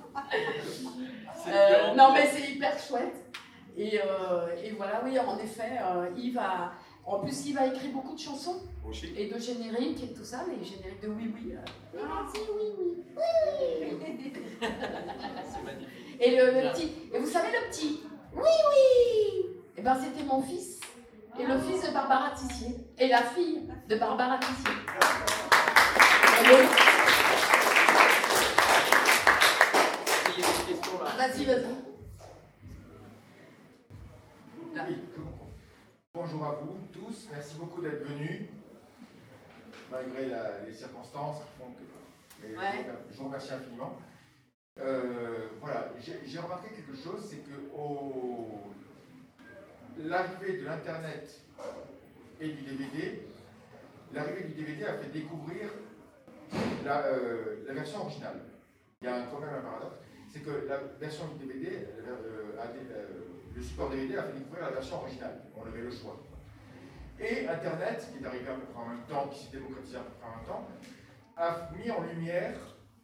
S5: euh, non mais c'est hyper chouette. Et, euh, et voilà, oui, en effet, euh, Yves a... En plus, Yves a écrit beaucoup de chansons.
S2: Aussi.
S5: Et de génériques et tout ça, les génériques de Oui Oui. euh.
S7: Ah, si, oui, oui. Oui.
S3: C'est magnifique.
S5: Et le, le petit, et vous savez le petit
S7: Oui, oui.
S5: Eh ben c'était mon fils. Et le fils de Barbara Tissier. Et la fille de Barbara Tissier. Et le-
S3: Il y a une question là.
S5: Vas-y, vas-y. Là.
S8: Oui. Bonjour à vous tous, merci beaucoup d'être venus, malgré la- les circonstances qui font que. Mais
S5: Ouais.
S8: Je vous remercie infiniment. Euh, voilà, j'ai j'ai remarqué quelque chose, c'est que au... l'arrivée de l'Internet et du D V D, l'arrivée du D V D a fait découvrir la, euh, la version originale. Il y a quand même un paradoxe, c'est que la version du D V D, euh, a dé- euh, le support D V D a fait découvrir la version originale. On avait le choix. Et Internet, qui est arrivé à peu près en même temps, qui s'est démocratisé à peu près en même temps, a mis en lumière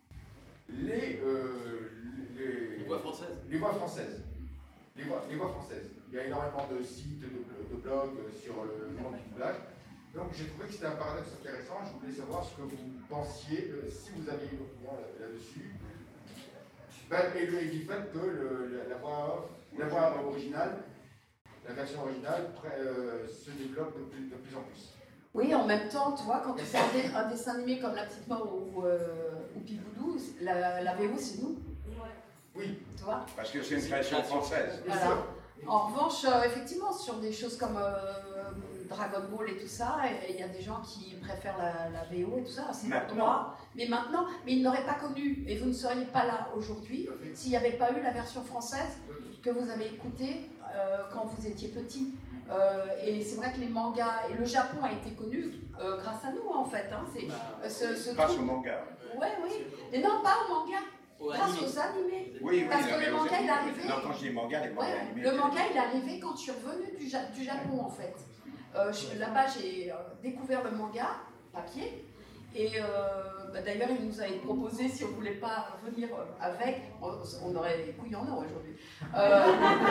S8: les, euh, les,
S3: Les voix françaises.
S8: les voix françaises. Les voix, les voix françaises. Il y a énormément de sites, de, de blogs sur le monde du doublage. Donc j'ai trouvé que c'était un paradoxe intéressant. Je voulais savoir ce que vous pensiez, euh, si vous aviez une opinion là- là-dessus. Ben, et, le, et du fait que le, la, la voix, la voix originale, la version originale pré- euh, se développe de plus, de plus en plus.
S5: Oui, en même temps, tu vois, quand tu fais un, dé- un dessin animé comme La Petite Mort ou, euh, ou Piboudou, la, la V O c'est nous.
S8: Oui.
S5: Tu vois.
S2: Parce que c'est une création française.
S5: Voilà. En revanche, euh, effectivement, sur des choses comme euh, Dragon Ball et tout ça, il y a des gens qui préfèrent la, la V O et tout ça, c'est leur
S2: Maintenant.
S5: droit. Mais maintenant, mais ils n'auraient pas connu, et vous ne seriez pas là aujourd'hui, s'il n'y avait pas eu la version française que vous avez écoutée euh, quand vous étiez petit. Euh, et c'est vrai que les mangas, et le Japon a été connu euh, grâce à nous en fait. Hein, c'est, euh, ce, ce
S2: Grâce
S5: truc-
S2: au manga.
S5: Ouais, oui. Mais non, pas au manga,
S3: Au
S5: grâce
S3: animé.
S5: aux animés.
S2: Oui, oui,
S5: Parce que
S2: non, mais
S5: le
S2: aux
S5: manga, il est
S2: animés.
S5: arrivé.
S2: Non, quand je dis manga, les mangas
S5: Ouais,
S2: animés.
S5: le manga, il est arrivé quand je suis revenue du, Ja- du Japon, en fait. Euh, je- Là-bas, j'ai euh, découvert le manga, papier. Et euh, bah, d'ailleurs, il nous avait proposé, si on ne voulait pas venir euh, avec, on, on aurait les couilles en or aujourd'hui. Euh,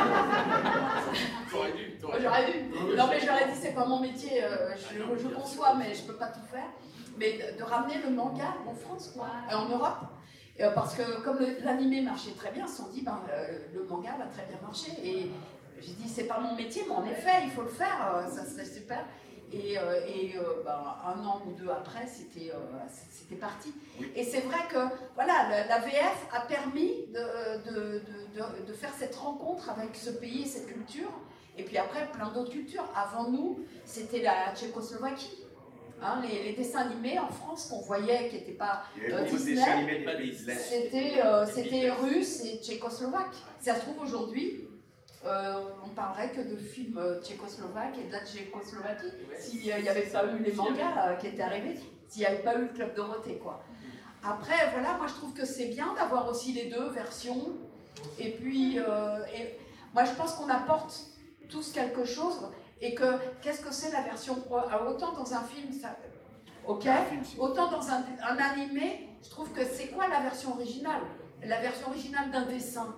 S3: T'aurais dû. t'aurais dû.
S5: J'aurais dû. Non, mais j'aurais dit, c'est pas mon métier, euh, je, je conçois, mais je peux pas tout faire. Mais de, de ramener le manga en France, quoi, et en Europe. Euh, parce que comme le- l'animé marchait très bien, ils se sont dit, ben, euh, le manga va très bien marcher. Et j'ai dit, c'est pas mon métier, mais en effet, il faut le faire, euh, ça serait super. Et, euh, et euh, ben, un an ou deux après, c'était euh, c'était parti.
S2: Oui.
S5: Et c'est vrai que voilà, la, la V F a permis de, de, de, de, de faire cette rencontre avec ce pays et cette culture. Et puis après, plein d'autres cultures. Avant nous, c'était la Tchécoslovaquie. Hein, les, les dessins animés en France qu'on voyait, qui n'étaient pas
S2: Il y avait
S5: euh,
S2: beaucoup de
S5: Disney,
S2: dessins animés des pays de l'Est.
S5: c'était euh, c'était russe et tchécoslovaque. Si ça se trouve aujourd'hui, euh, on parlerait que de films euh, tchécoslovaques et de la Tchécoslovaquie. S'il n'y avait pas eu les mangas euh, qui étaient arrivés, s'il n'y avait pas eu le Club Dorothée, quoi. Après, voilà, moi je trouve que c'est bien d'avoir aussi les deux versions. Et puis, euh, et moi je pense qu'on apporte tous quelque chose. Et que, qu'est-ce que c'est la version... Autant dans un film, ça... Ok. Autant dans un, un animé, je trouve que c'est quoi la version originale? La version originale d'un dessin.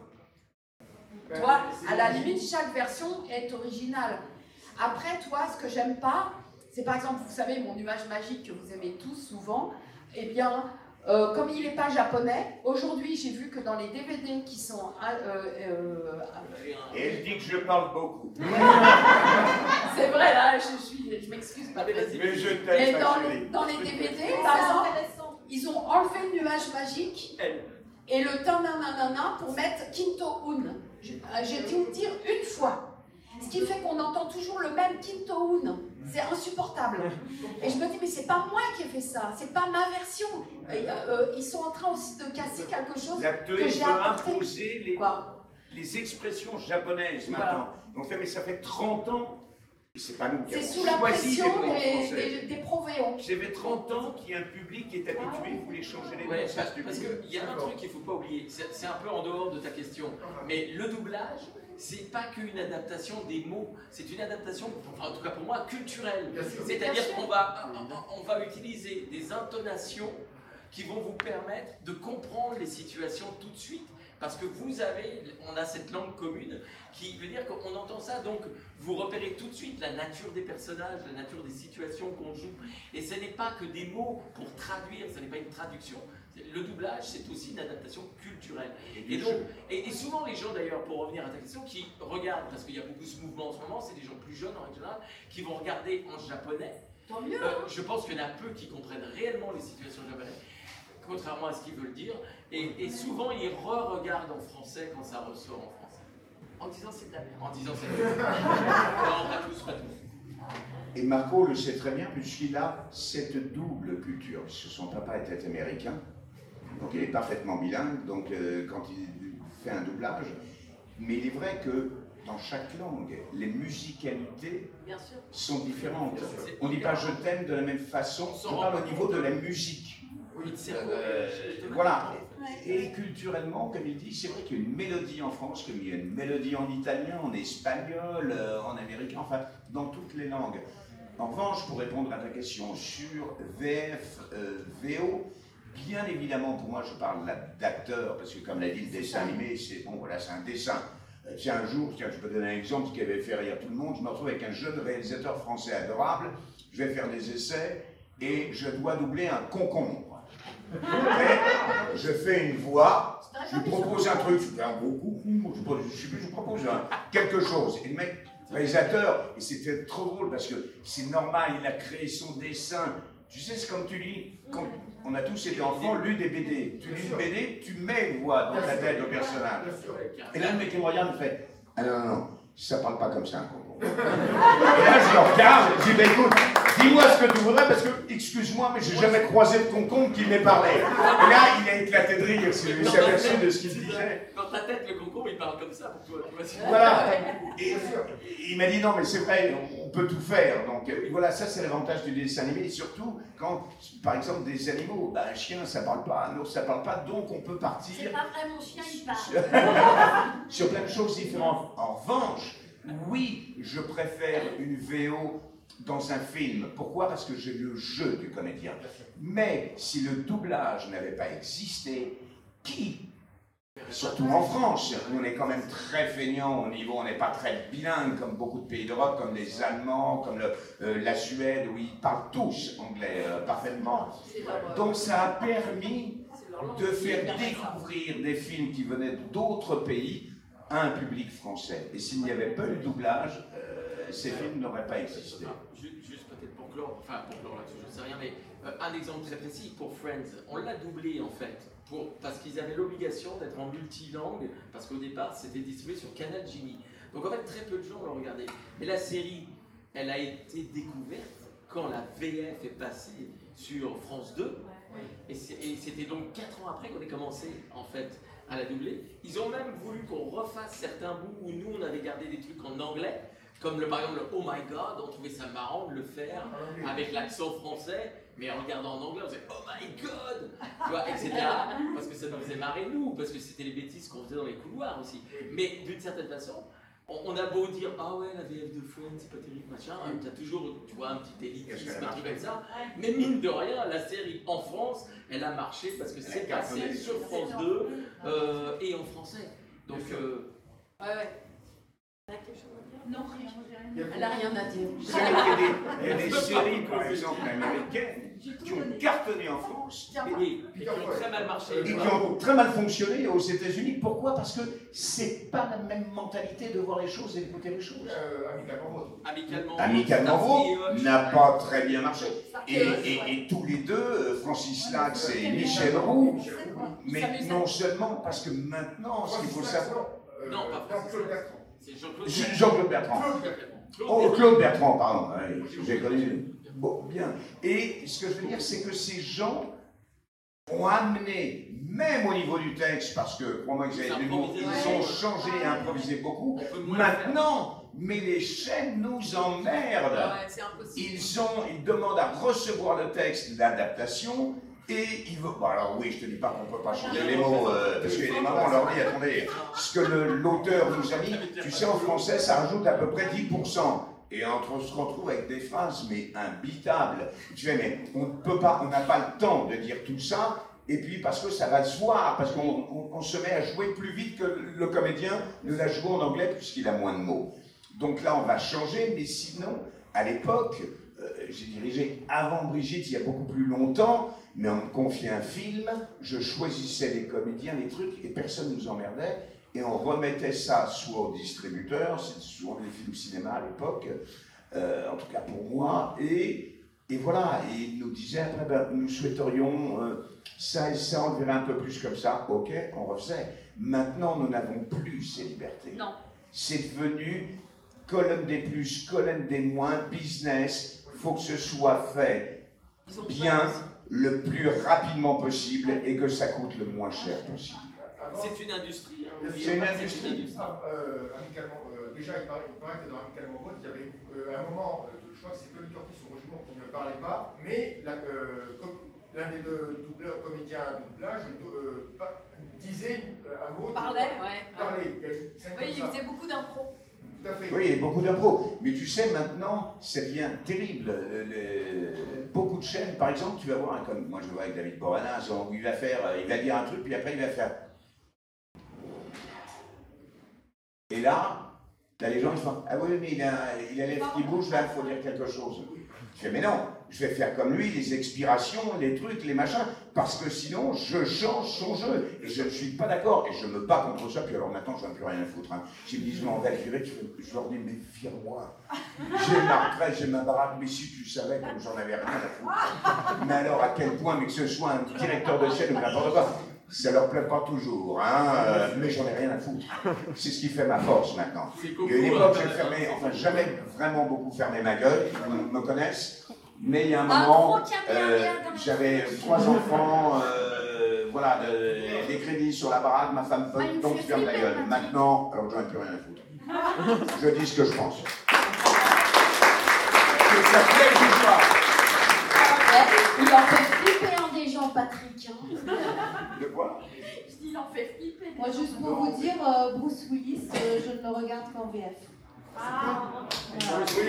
S5: Toi, à la limite, chaque version est originale. Après, toi, ce que j'aime pas, c'est par exemple, vous savez, mon nuage magique que vous aimez tous souvent, eh bien, euh, comme il n'est pas japonais, aujourd'hui, j'ai vu que dans les D V D qui sont... Euh, euh,
S2: Et elle dit que je parle beaucoup.
S5: C'est vrai, là, je, suis, je m'excuse pas.
S2: Mais je
S5: Et
S2: t'aime,
S5: dans,
S2: ma
S5: les,
S2: chérie.
S5: dans les D V D, par exemple, ils ont enlevé le nuage magique et le tananana pour mettre Kinto-un. J'ai dû le dire une fois. Ce qui fait qu'on entend toujours le même Kinto-un. C'est insupportable. Et je me dis, mais c'est pas moi qui ai fait ça, c'est pas ma version. Et, euh, ils sont en train aussi de casser quelque chose
S2: L'acteur,
S5: que
S2: il
S5: j'ai
S2: peut
S5: apporté.
S2: imposer les, les expressions japonaises
S5: Voilà.
S2: maintenant. Donc, mais ça fait trente ans, et c'est pas nous qui
S5: C'est
S2: avons
S5: sous la
S2: choisi
S5: pression
S2: les mots
S5: des,
S2: français.
S5: des, des provéons.
S2: Ça fait trente ans qu'il y a un public qui est habitué, vous voulez changer les
S3: Ouais,
S2: mots, ça
S3: parce
S2: c'est
S3: parce
S2: stupide.
S3: qu'il y a un truc qu'il ne faut pas oublier, c'est c'est un peu en dehors de ta question, mais le doublage, c'est pas qu'une adaptation des mots, c'est une adaptation, enfin, en tout cas pour moi, culturelle. C'est-à-dire qu'on va, on va utiliser des intonations qui vont vous permettre de comprendre les situations tout de suite. Parce que vous avez, on a cette langue commune qui veut dire qu'on entend ça, donc vous repérez tout de suite la nature des personnages, la nature des situations qu'on joue. Et ce n'est pas que des mots pour traduire, ce n'est pas une traduction. Le doublage, c'est aussi une adaptation culturelle. Et, donc, et, et souvent les gens d'ailleurs, pour revenir à ta question, qui regardent, parce qu'il y a beaucoup ce mouvement en ce moment, c'est des gens plus jeunes en règle générale, qui vont regarder en japonais.
S5: Tant mieux,
S3: Euh,
S5: hein.
S3: je pense qu'il y en a peu qui comprennent réellement les situations japonaises, contrairement à ce qu'ils veulent dire. Et, et souvent, ils re-regardent en français quand ça ressort en français.
S5: En disant c'est de la merde.
S3: En disant c'est de la merde. Non, pas tous, pas tous.
S2: Et Marco le sait très bien, puisqu'il a cette double culture. Puisque son papa était américain, donc il est parfaitement bilingue, donc euh, quand il fait un doublage. Mais il est vrai que dans chaque langue, les musicalités
S5: Bien sûr.
S2: sont différentes.
S3: Bien sûr.
S2: On ne dit pas je t'aime de la même façon, on parle au niveau de la musique.
S3: Oui, c'est
S2: Euh, voilà. Et culturellement, comme il dit, c'est vrai qu'il y a une mélodie en France, comme il y a une mélodie en italien, en espagnol, euh, en américain, enfin, dans toutes les langues. En revanche, pour répondre à ta question sur V F, euh, V O, bien évidemment, pour moi, je parle là d'acteur, parce que comme l'a dit, le dessin animé, c'est bon, voilà, c'est un dessin. Euh, Tiens, un jour, tiens, je peux donner un exemple qui avait fait rire tout le monde, je me retrouve avec un jeune réalisateur français adorable, je vais faire des essais, et je dois doubler un concombre. Mais je fais une voix, je lui propose un truc, je fais un gros coucou, je, je, sais plus, je lui propose un, quelque chose. Et le mec, réalisateur, et c'était trop drôle parce que c'est normal, il a créé son dessin. Tu sais, c'est comme tu lis, quand on a tous été enfants, lu des B D. Tu lis une B D, tu mets une voix dans ta tête au personnage. Et là, le mec, il me regarde, il fait ah non, non, non, ça parle pas comme ça, un concombre. Et là, je le regarde, je dis bah écoute, dis-moi ce que tu voudrais, parce que, excuse-moi, mais j'ai jamais croisé de concombre qui m'ait parlé. Et là, il a éclaté de rire, c'est lui aperçu de ce qu'il disait.
S3: Dans ta tête, le concombre, il parle comme ça pour toi. Tu vois,
S2: Voilà. Et il m'a dit non, mais c'est vrai, on peut tout faire. Donc euh, voilà, ça c'est l'avantage du dessin animé. Et surtout, quand, par exemple, des animaux, bah, un chien ça parle pas, un ours ça parle pas, donc on peut partir.
S7: C'est pas vrai, mon chien, il parle.
S2: Sur plein de choses différentes. En revanche, oui, je préfère une V O dans un film. Pourquoi? Parce que j'ai le jeu du comédien. Mais si le doublage n'avait pas existé, qui, surtout en France, on est quand même très feignant au niveau, on n'est pas très bilingue comme beaucoup de pays d'Europe, comme les Allemands, comme le, euh, la Suède, où ils parlent tous anglais euh, parfaitement. Donc ça a permis de faire découvrir des films qui venaient d'autres pays à un public français. Et s'il n'y avait pas eu le doublage, euh, ces films n'auraient pas existé.
S3: Juste, juste peut-être pour clore, enfin pour clore là-dessus, je ne sais rien, mais euh, un exemple très précis pour Friends, on l'a doublé en fait, pour, parce qu'ils avaient l'obligation d'être en multilangue, parce qu'au départ c'était distribué sur Canal Jimmy. Donc en fait très peu de gens l'ont regardé. Mais la série, elle a été découverte quand la V F est passée sur France deux, et c'était donc quatre ans après qu'on ait commencé en fait à la doubler. Ils ont même voulu qu'on refasse certains bouts où nous on avait gardé des trucs en anglais, comme le, par exemple le Oh My God, on trouvait ça marrant de le faire avec l'accent français, mais en regardant en anglais on faisait Oh My God, tu vois, et cetera. Parce que ça nous faisait marrer nous, parce que c'était les bêtises qu'on faisait dans les couloirs aussi. Mais d'une certaine façon, on a beau dire ah ouais la V F de Friends c'est pas terrible machin, hein, t'as toujours tu vois un petit élitisme un truc comme ça, mais mine de rien la série en France elle a marché parce que c'est passé sur France deux euh, et en français. Donc euh...
S5: ouais ouais. T'as quelque chose à dire? Non rien. Elle n'a rien à dire.
S2: Il y a des, des séries par exemple américaines qui ont cartonné en France
S3: et, et qui ont très mal marché
S2: et qui ont très mal fonctionné aux États-Unis. Pourquoi? Parce que c'est pas la même mentalité de voir les choses et d'écouter les choses.
S8: Euh, amicalement vôtre.
S3: Amicalement,
S2: Amicalement vôtre n'a pas très bien marché. Et, et, et tous les deux, Francis Lax et Michel Roux, mais non seulement parce que maintenant, ce qu'il faut savoir.
S3: Non, pas
S8: Claude Bertrand.
S3: C'est Jean-Claude
S2: Jean-Claude Bertrand. Oh, Claude Bertrand, pardon. Ouais, j'ai connu. Bon, bien. Et ce que je veux dire, c'est que ces gens ont amené, même au niveau du texte, parce que, crois-moi que j'avais lu, ils ont changé et improvisé beaucoup. Maintenant, mais les chaînes nous emmerdent. Ils, ont, ils demandent à recevoir le texte d'adaptation. Et il veut. Bon, alors oui, je te dis pas qu'on peut pas changer les mots, euh, parce qu'il y a des moments, on leur dit, attendez, ce que l'auteur nous a mis, tu sais, en français, ça rajoute à peu près dix pour cent. Et on se retrouve avec des phrases, mais imbitables. Tu fais, mais on ne peut pas, on n'a pas le temps de dire tout ça, et puis parce que ça va se voir, parce qu'on on, on se met à jouer plus vite que le comédien ne l'a joué en anglais, puisqu'il a moins de mots. Donc là, on va changer, mais sinon, à l'époque, euh, j'ai dirigé avant Brigitte, il y a beaucoup plus longtemps, mais on me confiait un film, je choisissais les comédiens, les trucs, et personne ne nous emmerdait, et on remettait ça soit au distributeur, c'était souvent des films cinéma à l'époque, euh, en tout cas pour moi, et, et voilà, et ils nous disaient après, ben, nous souhaiterions euh, ça et ça, on le verrait un peu plus comme ça, ok, on refaisait. Maintenant, nous n'avons plus ces libertés.
S5: Non.
S2: C'est devenu colonne des plus, colonne des moins, business, il faut que ce soit fait bien, le plus rapidement possible et que ça coûte le moins cher possible.
S3: C'est une industrie. Hein.
S2: C'est une industrie.
S8: Ah, euh, amicalement, euh, déjà, il paraît, il paraît que dans Amicalement Vôtre, il y avait euh, un moment, euh, je crois que c'est Claude Curtis ou Roger Moore qui ne parlait pas, mais l'un euh, des deux doubleurs, comédiens de doublage, euh, disait euh, un mot.
S5: Parlait, ouais.
S8: Parlait.
S5: Oui, il faisait beaucoup d'impro.
S2: Oui, il y a beaucoup d'impro. Mais tu sais, maintenant, ça devient terrible. Le, le, beaucoup de chaînes, par exemple, tu vas voir, comme moi je le vois avec David Boreanaz, où il va faire, il va dire un truc, puis après il va faire. Et là, là les gens ils font, ah oui, mais il a, il a les lèvres qui bougent, là, il faut dire quelque chose. Je fais, mais non, je vais faire comme lui, les expirations, les trucs, les machins, parce que sinon, je change son jeu. Et je ne suis pas d'accord, et je me bats contre ça, puis alors maintenant, je n'en ai plus rien à foutre. Hein. J'ai dit, je m'en vais virer, je leur dis, mais vire-moi. J'ai ma retraite, j'ai ma baraque, mais si tu savais que j'en avais rien à foutre. Mais alors, à quel point, mais que ce soit un directeur de chaîne ou n'importe quoi, ça leur plaît pas toujours, hein, euh, mais j'en ai rien à foutre. C'est ce qui fait ma force maintenant. Il y a une époque, j'ai fermé, enfin jamais vraiment beaucoup fermé ma gueule, ils me connaissent, mais il y a un moment, euh, j'avais trois enfants, euh, voilà, de, des crédits sur la baraque, ma femme peut, donc je ferme la gueule. Maintenant, alors j'en ai plus rien à foutre. Je dis ce que je pense. Que ça plaît ou pas.
S7: Il en fait flipper en des gens, Patrick. Hein.
S2: De quoi?
S5: Je dis, il en fait flipper.
S1: Moi, juste pour vous dire, euh, Bruce Willis, euh, je ne le regarde qu'en V F.
S5: Ah.
S1: Voilà. Je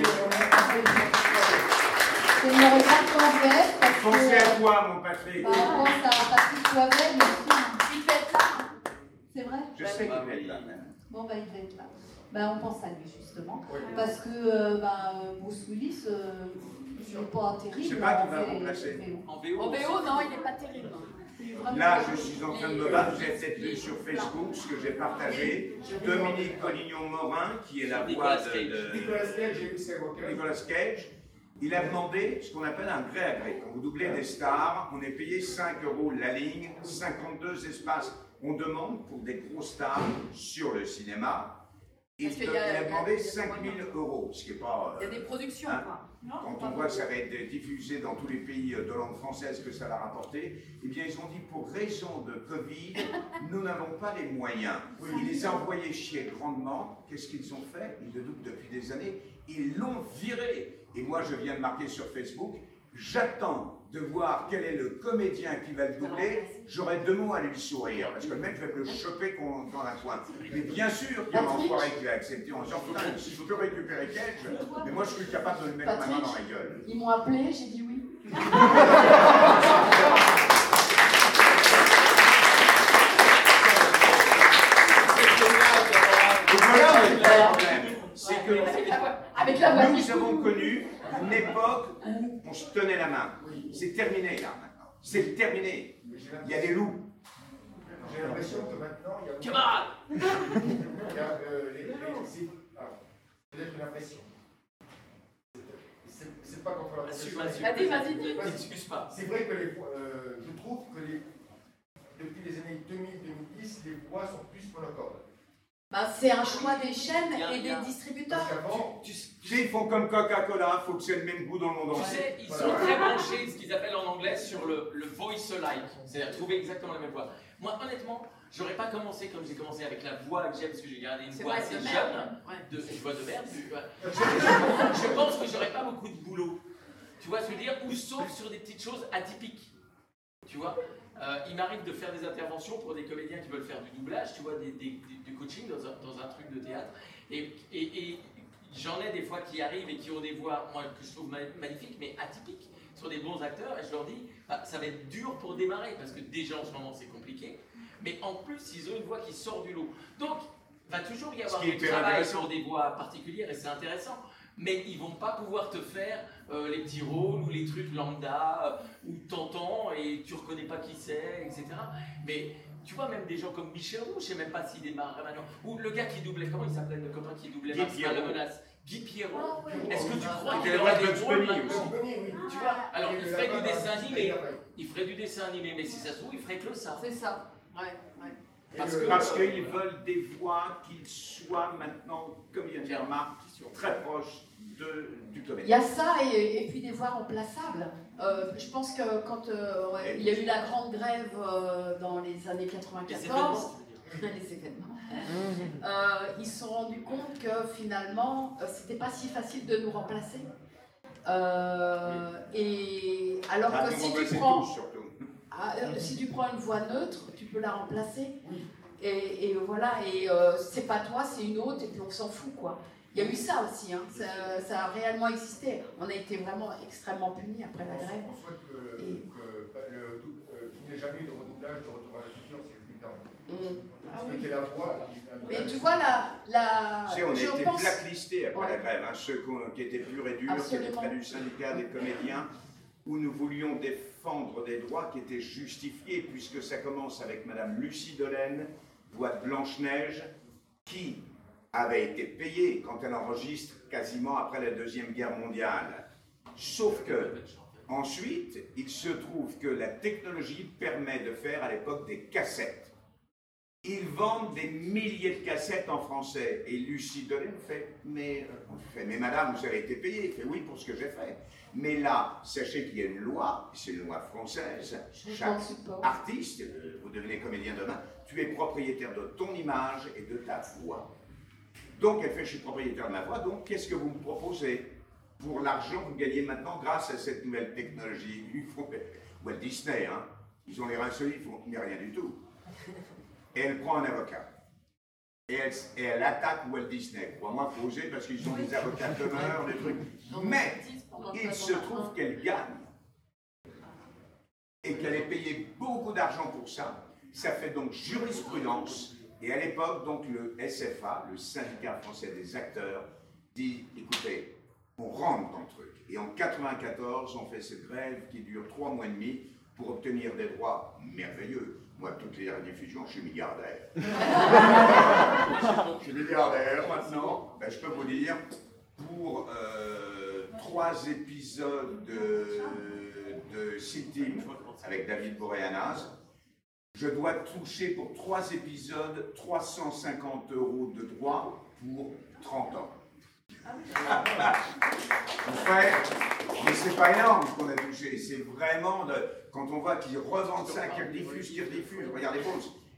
S1: ne le regarde qu'en V F parce que...
S2: Pensez à toi, mon Patrick.
S1: Bah, on pense à Patrick Poivet, bien sûr.
S5: Il fait être là.
S1: C'est vrai?
S2: Je sais qu'il va être là, même.
S1: Bon, bah, il va être là. Bah, on pense à lui, justement. Parce que euh, bah, Bruce Willis... Euh, je ne suis pas terrible.
S2: Je sais pas qui va remplacer.
S3: En V O.
S5: En V O, non, il n'est pas terrible.
S2: Là, je suis en train de me battre. Vous avez peut-être vu sur Facebook ce que j'ai partagé. Dominique Collignon-Morin, qui est la voix de, de Nicolas Cage, il a demandé ce qu'on appelle un gré à gré. Quand vous doublez des stars, on est payé cinq euros la ligne, cinquante-deux espaces. On demande pour des grosses stars sur le cinéma. Il,
S5: Parce
S2: il
S5: y a,
S2: a demandé
S5: y a,
S2: cinq mille euros, ce qui n'est pas...
S5: Il y a des productions,
S2: hein,
S5: quoi.
S2: Quand on voit que ça va être diffusé dans tous les pays de langue française, que ça va rapporter, eh bien ils ont dit pour raison de Covid, nous n'avons pas les moyens. Ils les ont envoyés chier grandement. Qu'est-ce qu'ils ont fait? Ils le doublent depuis des années. Ils l'ont viré. Et moi je viens de marquer sur Facebook, j'attends de voir quel est le comédien qui va le doubler, j'aurais deux mots à lui sourire, parce que le mec, je vais me le choper dans un coin. Mais bien sûr qu'il y a un enfoiré qui va accepter en disant, putain, si je peux récupérer Cage, mais moi je suis capable de lui mettre ma main dans la gueule.
S5: Ils m'ont appelé, j'ai dit oui.
S2: C'est que
S5: avec la voix,
S2: nous avons connu une époque où on se tenait la main. C'est terminé là maintenant. C'est terminé. Il y a des loups.
S8: J'ai l'impression que maintenant, il y a...
S3: Camarade
S8: Il y a euh, les... les c'est ah, peut-être une impression. C'est pas contre la profession.
S5: Vas-y, vas-y, dis.
S3: N'excuse pas.
S8: C'est vrai que les, euh, je trouve que les, depuis les années deux mille à deux mille dix, les voix sont plus monocordes.
S5: Bah, c'est un choix des chaînes
S3: Bien,
S5: et
S3: bien.
S5: des distributeurs.
S2: Tu sais, ils font comme Coca-Cola, il faut que c'est le même goût dans le monde
S3: Tu
S2: entier.
S3: sais, ils sont très branchés, ce qu'ils appellent en anglais, sur le, le voice-alike, c'est-à-dire trouver exactement la même voix. Moi, honnêtement, j'aurais pas commencé comme j'ai commencé avec la voix que j'ai, parce que j'ai gardé une voix
S5: vrai,
S3: assez
S5: de
S3: jeune,
S5: merde. Ouais.
S3: de, une voix de merde. Je, je, je pense que j'aurais pas beaucoup de boulot. Tu vois ce que je veux dire? Ou sauf sur des petites choses atypiques. Tu vois, euh, il m'arrive de faire des interventions pour des comédiens qui veulent faire du doublage, tu vois, des, des, du coaching dans un, dans un truc de théâtre. Et, et, et j'en ai des fois qui arrivent et qui ont des voix, moi, que je trouve ma magnifiques, mais atypiques, sur des bons acteurs. Et je leur dis, bah, ça va être dur pour démarrer, parce que déjà en ce moment c'est compliqué. Mais en plus, ils ont une voix qui sort du lot. Donc, il va toujours y avoir du travail sur des voix particulières et c'est intéressant. Mais ils vont pas pouvoir te faire euh, les petits rôles ou les trucs lambda euh, où t'entends et tu reconnais pas qui c'est, et cetera. Mais tu vois, même des gens comme Michel Roux, je sais même pas s'il démarre maintenant. Ou le gars qui doublait, comment il s'appelait le copain qui doublait Marcel Le Menace? Guy Pierrot.
S5: Oh, oui.
S3: Est-ce que tu crois
S2: Il
S3: qu'il
S2: y a
S3: aurait
S2: la
S3: des
S2: Bugs
S3: rôles
S2: Bunny
S3: maintenant?
S8: Oui, oui.
S3: Tu vois, alors il ferait du dessin animé.
S8: Oui.
S3: Il ferait du dessin animé, mais si ça se trouve, il ferait que ça.
S5: C'est ça. Ouais, ouais.
S2: Parce que- Parce qu'ils veulent des voix qui soient maintenant, comme il y a dit Marc, très proches de, du
S5: Il y
S2: comédien.
S5: a ça et, et puis des voix remplaçables. Euh, je pense que quand euh, ouais, il y a eu la grande grève euh, dans les années
S3: Les
S5: quatre-vingt-quatorze,
S3: événements, tu veux dire.
S5: les événements, euh, ils se sont rendus compte que finalement, euh, c'était pas si facile de nous remplacer. Euh, et alors
S2: Ah,
S5: que
S2: nous
S5: si tu
S2: remplacer
S5: prends,
S2: tous, surtout.
S5: ah, euh, si tu prends une voix neutre, tu peux la remplacer. Et, et voilà, et euh, c'est pas toi, c'est une autre, et puis on s'en fout quoi. Il y a eu ça aussi, hein. ça, ça a réellement existé. On a été vraiment extrêmement punis après la grève.
S8: On souhaite que,
S5: Et-
S8: que, bah, le, euh, qu'il n'y ait jamais eu de redoublage de Retour à la future, c'est plus tard.
S5: Mm. Ah
S8: Parce
S5: oui.
S8: que c'est la voix.
S5: Mais tu vois, la, la,
S2: Tu sais, on a
S5: je
S2: été
S5: pense...
S2: blacklistés après
S5: Ouais.
S2: la grève, hein, ceux qu'on- qui étaient purs et durs, qui étaient
S5: Absolument.
S2: près du syndicat des comédiens, où nous voulions défendre des droits qui étaient justifiés, puisque ça commence avec Madame Lucie Dolène, voix de Blanche-Neige, qui avait été payée quand elle enregistre quasiment après la Deuxième Guerre mondiale. Sauf que, ensuite, il se trouve que la technologie permet de faire à l'époque des cassettes. Ils vendent des milliers de cassettes en français. Et Lucie Dolène fait mais, on fait, mais madame, vous avez été payée. Elle fait oui pour ce que j'ai fait. Mais là, sachez qu'il y a une loi, c'est une loi française. Chaque artiste, euh, vous devenez comédien demain, tu es propriétaire de ton image et de ta voix. Donc elle fait, je suis propriétaire de ma voix, donc qu'est-ce que vous me proposez? Pour l'argent que vous gagnez maintenant grâce à cette nouvelle technologie. Ils font, Walt Disney, hein, ils ont les reins solides, ils font mais rien du tout. Et elle prend un avocat. Et elle, et elle attaque Walt Disney. Crois-moi, poser parce qu'ils ont des avocats d'honneur, des trucs. Mais il se trouve qu'elle gagne. Et qu'elle est payée beaucoup d'argent pour ça. Ça fait donc jurisprudence. Et à l'époque, donc le S F A, le syndicat français des acteurs, dit écoutez, on rentre dans le truc. Et en quatre-vingt-quatorze, on fait cette grève qui dure trois mois et demi pour obtenir des droits merveilleux. Moi, toutes les rediffusions, je suis milliardaire. Je suis milliardaire maintenant. Ben, je peux vous dire, pour euh, trois épisodes de, de City avec David Boreanaz, je dois toucher pour trois épisodes trois cent cinquante euros de droits pour trente ans. En fait, mais c'est pas énorme ce qu'on a touché, c'est vraiment, de, quand on voit qu'ils revendent ça, qu'ils rediffusent, qu'ils rediffusent, regardez-vous,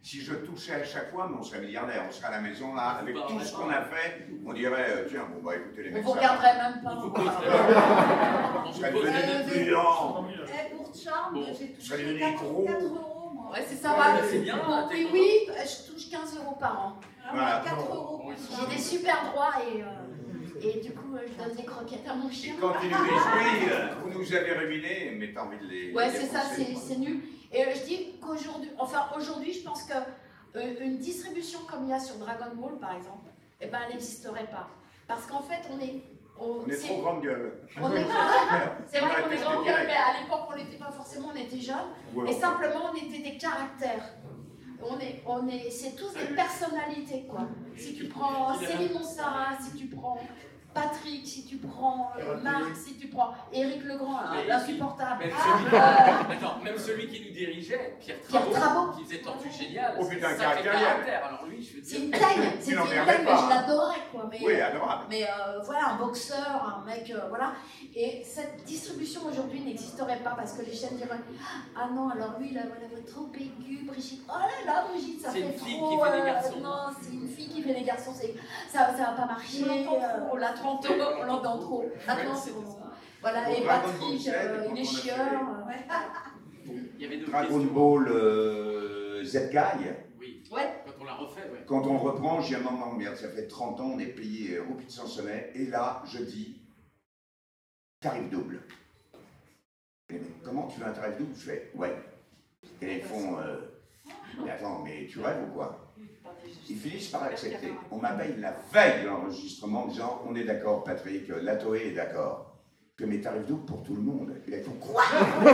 S2: Si je touchais à chaque fois, mais on serait milliardaire, on serait à la maison là, avec
S3: Bah,
S2: tout ce qu'on a fait, on dirait, euh, tiens, bon bah écoutez les
S5: On
S2: mecs,
S5: vous
S2: ça
S5: regarderait même pas.
S2: on serait devenus brillants.
S1: Eh, pour Charme,
S3: Bon,
S1: j'ai
S2: ça
S1: touché
S2: devient
S1: quatre
S2: gros.
S1: euros, moi.
S5: Ouais, c'est ça,
S3: Ouais,
S5: va.
S3: mais c'est bien,
S5: Bon,
S3: t'es
S5: oui,
S3: content.
S5: oui, je touche quinze euros par an.
S1: Ah,
S2: Voilà.
S1: moi, quatre euros pour
S5: J'ai
S1: Charme.
S5: des super droits et, euh, et du coup, euh, je donne des croquettes à mon
S2: Et
S5: chien.
S2: quand il nous dit oui, euh, vous nous avez ruinés, mais t'as envie de les.
S5: Ouais,
S2: les
S5: c'est ça,
S2: défoncer,
S5: c'est
S2: quoi.
S5: c'est nul. Et euh, je dis qu'aujourd'hui, enfin aujourd'hui, je pense que euh, une distribution comme il y a sur Dragon Ball, par exemple, eh ben, elle n'existerait pas. Parce qu'en fait, on est...
S2: On est trop grande gueule.
S5: On est C'est vrai qu'on est grand gueule, mais à l'époque, on l'était pas forcément, on était jeunes.
S2: Ouais,
S5: Et
S2: ouais.
S5: simplement, on était des caractères. On est, on est, c'est tous des personnalités, quoi. Si tu prends Céline Monsara, si tu prends Patrick, si tu prends euh, Marc, si tu prends Éric Legrand, hein,
S3: Mais-
S5: l'insupportable.
S3: Même
S5: Ah,
S3: celui,
S5: euh,
S3: attends, même celui qui nous dirigeait, Pierre
S5: Pierre
S3: Travaux,
S5: Travaux.
S3: qui faisait Tortue Géniale,
S2: Oh putain,
S3: c'est un
S2: caractère.
S3: caractère. Alors lui, je veux
S5: C'est
S3: dire.
S5: une taille, c'était
S2: Il en
S5: une
S2: perdait
S5: taille, mais
S2: pas,
S5: je
S2: hein.
S5: l'adorais, quoi. Mais,
S2: Oui, adorable.
S5: mais euh, voilà, un boxeur, un mec, euh, voilà. Et cette distribution aujourd'hui n'existerait pas parce que les chaînes diraient ah non, alors lui, il a la voix trop aiguë, Brigitte. Oh là là, Brigitte, ça
S3: C'est
S5: fait
S3: une fille
S5: trop.
S3: qui fait des
S5: euh,
S3: garçons.
S5: Non, c'est une fille qui fait des garçons, c'est ça, ça va pas marcher.
S1: On l'entend
S5: euh,
S1: trop.
S5: on l'entend trop, on l'entend trop. Maintenant,
S3: Ouais, c'était
S5: on-
S3: ça.
S5: voilà,
S2: Bon,
S5: et
S2: Dragon Ball
S5: Patrick,
S2: Z,
S5: euh,
S2: quand
S5: il est
S2: on a
S5: chieur.
S2: fait-
S5: euh,
S3: Il y avait d'autres
S2: Dragon
S3: questions.
S2: Ball euh, Z-Kai,
S3: Oui.
S5: Ouais.
S3: Quand on l'a refait, ouais.
S2: quand on reprend, j'ai un moment, merde, ça fait trente ans, on est payé au pied de Sansonnet, et là, je dis, tarif double. Et, mais comment tu veux un tarif double? Je fais, ouais. Et ils font, euh, mais attends, mais tu rêves ou quoi? Ils finissent par accepter. On m'appelle la veille de l'enregistrement en disant, on est d'accord, Patrick, la Toé est d'accord. Que mes tarifs doubles pour tout le monde. Et là, ils font quoi?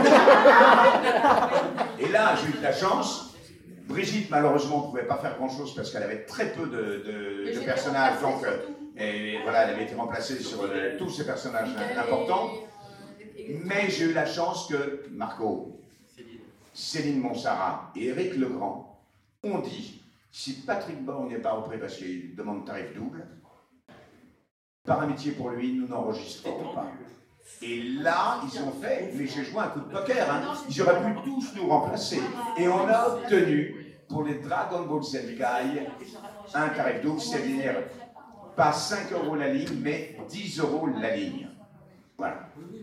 S2: Et là, j'ai eu de la chance. Brigitte, malheureusement, ne pouvait pas faire grand-chose parce qu'elle avait très peu de, de-
S5: Mais
S2: de
S5: j'ai
S2: personnages.
S5: été remplacée
S2: Donc, euh,
S5: surtout.
S2: et voilà, elle avait été remplacée sur euh, tous ces personnages
S5: Michael
S2: importants.
S5: et, euh, et-
S2: Mais j'ai eu la chance que Marco,
S3: Céline.
S2: Céline Monsara et Éric Legrand ont dit, si Patrick Borg n'est pas repris parce qu'il demande tarif double, par amitié pour lui, nous n'enregistrerons pas. Et là, ils ont fait, mais j'ai joué un coup de poker, hein. Ils auraient pu tous nous remplacer. Et on a obtenu, pour les Dragon Ball Z Kai, un tarif double, c'est-à-dire pas cinq euros la ligne, mais dix euros la ligne. Voilà.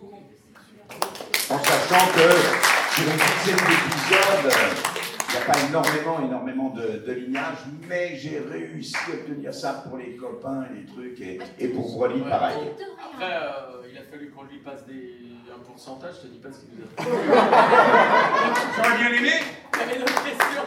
S2: En sachant que sur une dizaine d'épisodes, il n'y a pas énormément, énormément de, de lignage, mais j'ai réussi à obtenir ça pour les copains et les trucs, et, et pour Broly,
S3: Ouais.
S2: pareil.
S3: Après, euh, il a fallu qu'on lui passe des... un pourcentage, je te dis pas ce qu'il nous a fait.
S2: J'aurais bien aimé.
S3: Il y avait d'autres questions.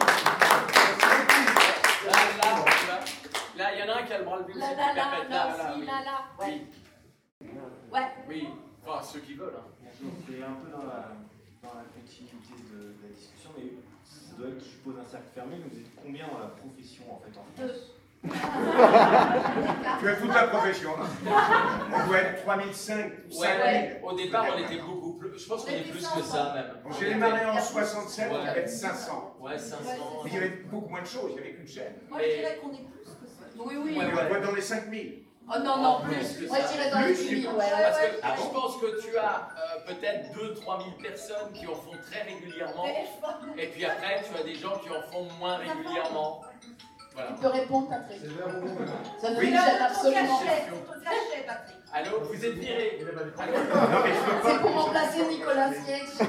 S3: Là, là, là, là, il y en a un qui a le bras levé aussi.
S5: Là,
S3: qui
S5: là, là,
S3: perpète.
S5: là,
S3: là,
S5: si,
S3: oui.
S5: là, là, ouais.
S3: Oui.
S5: Ouais.
S3: Oui, enfin ceux qui veulent. Hein.
S11: C'est un peu dans la, dans la continuité de, de la discussion, mais ça doit être, je suppose, un cercle fermé, mais vous êtes combien dans la profession en fait en France?
S2: Tu as toute la profession, là. On doit être trois mille cinq cents.
S3: Ouais, ouais. Au départ, on était beaucoup plus. Je pense qu'on est plus que ça même.
S2: J'ai démarré en soixante-sept,
S3: Ouais.
S2: on devait être cinq cents.
S3: Ouais, cinq cents.
S2: Mais il y avait beaucoup moins de choses, il n'y avait qu'une chaîne.
S1: Moi, je dirais qu'on est plus que ça.
S5: Oui, oui.
S3: Ouais,
S2: On
S3: ouais.
S2: doit être dans les cinq mille.
S5: Oh non, non,
S3: Oh,
S5: plus.
S3: plus que
S5: Moi,
S3: ça.
S5: je dirais dans les
S2: Plus,
S5: dix mille,
S2: tu
S5: ouais.
S3: Parce
S5: ouais,
S3: que
S5: ouais.
S3: je pense que tu as euh, peut-être deux trois mille personnes qui en font très régulièrement. Et puis après, tu as des gens qui en font moins régulièrement. Voilà.
S5: Tu peux répondre, Patrick.
S6: C'est vers vous maintenant.
S5: Ça ne
S2: Oui.
S5: nous gêne absolument.
S1: Cachet, Patrick.
S3: Allô, vous êtes viré. Allô.
S2: Non, mais je peux
S5: C'est
S2: pas.
S5: pour remplacer Nicolas Siège.